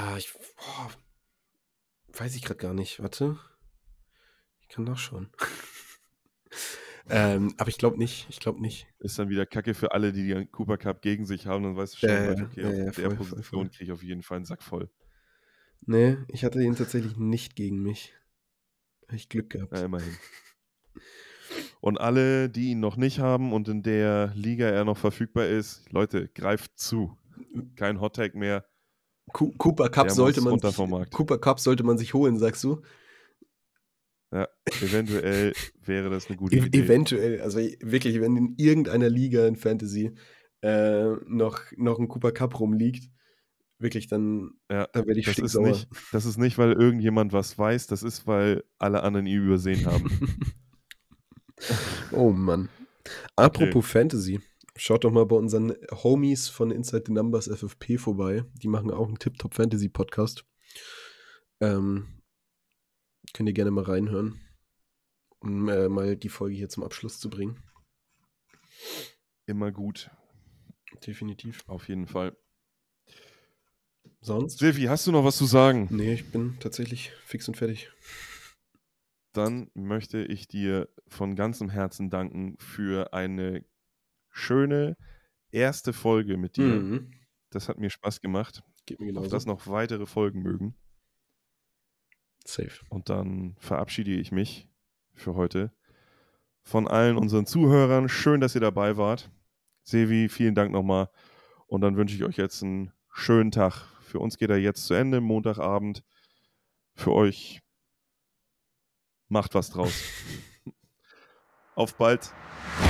Weiß ich gerade gar nicht. Warte. Ich kann nachschauen. Aber ich glaube nicht. Ist dann wieder Kacke für alle, die den Cooper Kupp gegen sich haben. Dann weißt du schon, auf der Position kriege ich auf jeden Fall einen Sack voll. Nee, ich hatte ihn tatsächlich nicht gegen mich. Habe ich Glück gehabt. Ja, immerhin. Und alle, die ihn noch nicht haben und in der Liga er noch verfügbar ist, Leute, greift zu. Kein Hottag mehr. Cooper Cup sollte man sich holen, sagst du? Ja, eventuell wäre das eine gute Idee. Eventuell, also wirklich, wenn in irgendeiner Liga in Fantasy noch ein Cooper Cup rumliegt, wirklich, dann werde ich stinksauer. Das ist nicht, weil irgendjemand was weiß, das ist, weil alle anderen ihn übersehen haben. Oh Mann. Apropos Fantasy, schaut doch mal bei unseren Homies von Inside the Numbers FFP vorbei. Die machen auch einen Tip-Top-Fantasy-Podcast. Könnt ihr gerne mal reinhören, um mal die Folge hier zum Abschluss zu bringen. Immer gut. Definitiv. Auf jeden Fall. Sonst? Silvi, hast du noch was zu sagen? Nee, ich bin tatsächlich fix und fertig. Dann möchte ich dir von ganzem Herzen danken für eine schöne erste Folge mit dir. Mhm. Das hat mir Spaß gemacht. Geht mir genauso. Auf das noch weitere Folgen mögen. Safe. Und dann verabschiede ich mich für heute von allen unseren Zuhörern. Schön, dass ihr dabei wart. Sevi, vielen Dank nochmal. Und dann wünsche ich euch jetzt einen schönen Tag. Für uns geht er jetzt zu Ende, Montagabend. Für euch macht was draus. Auf bald.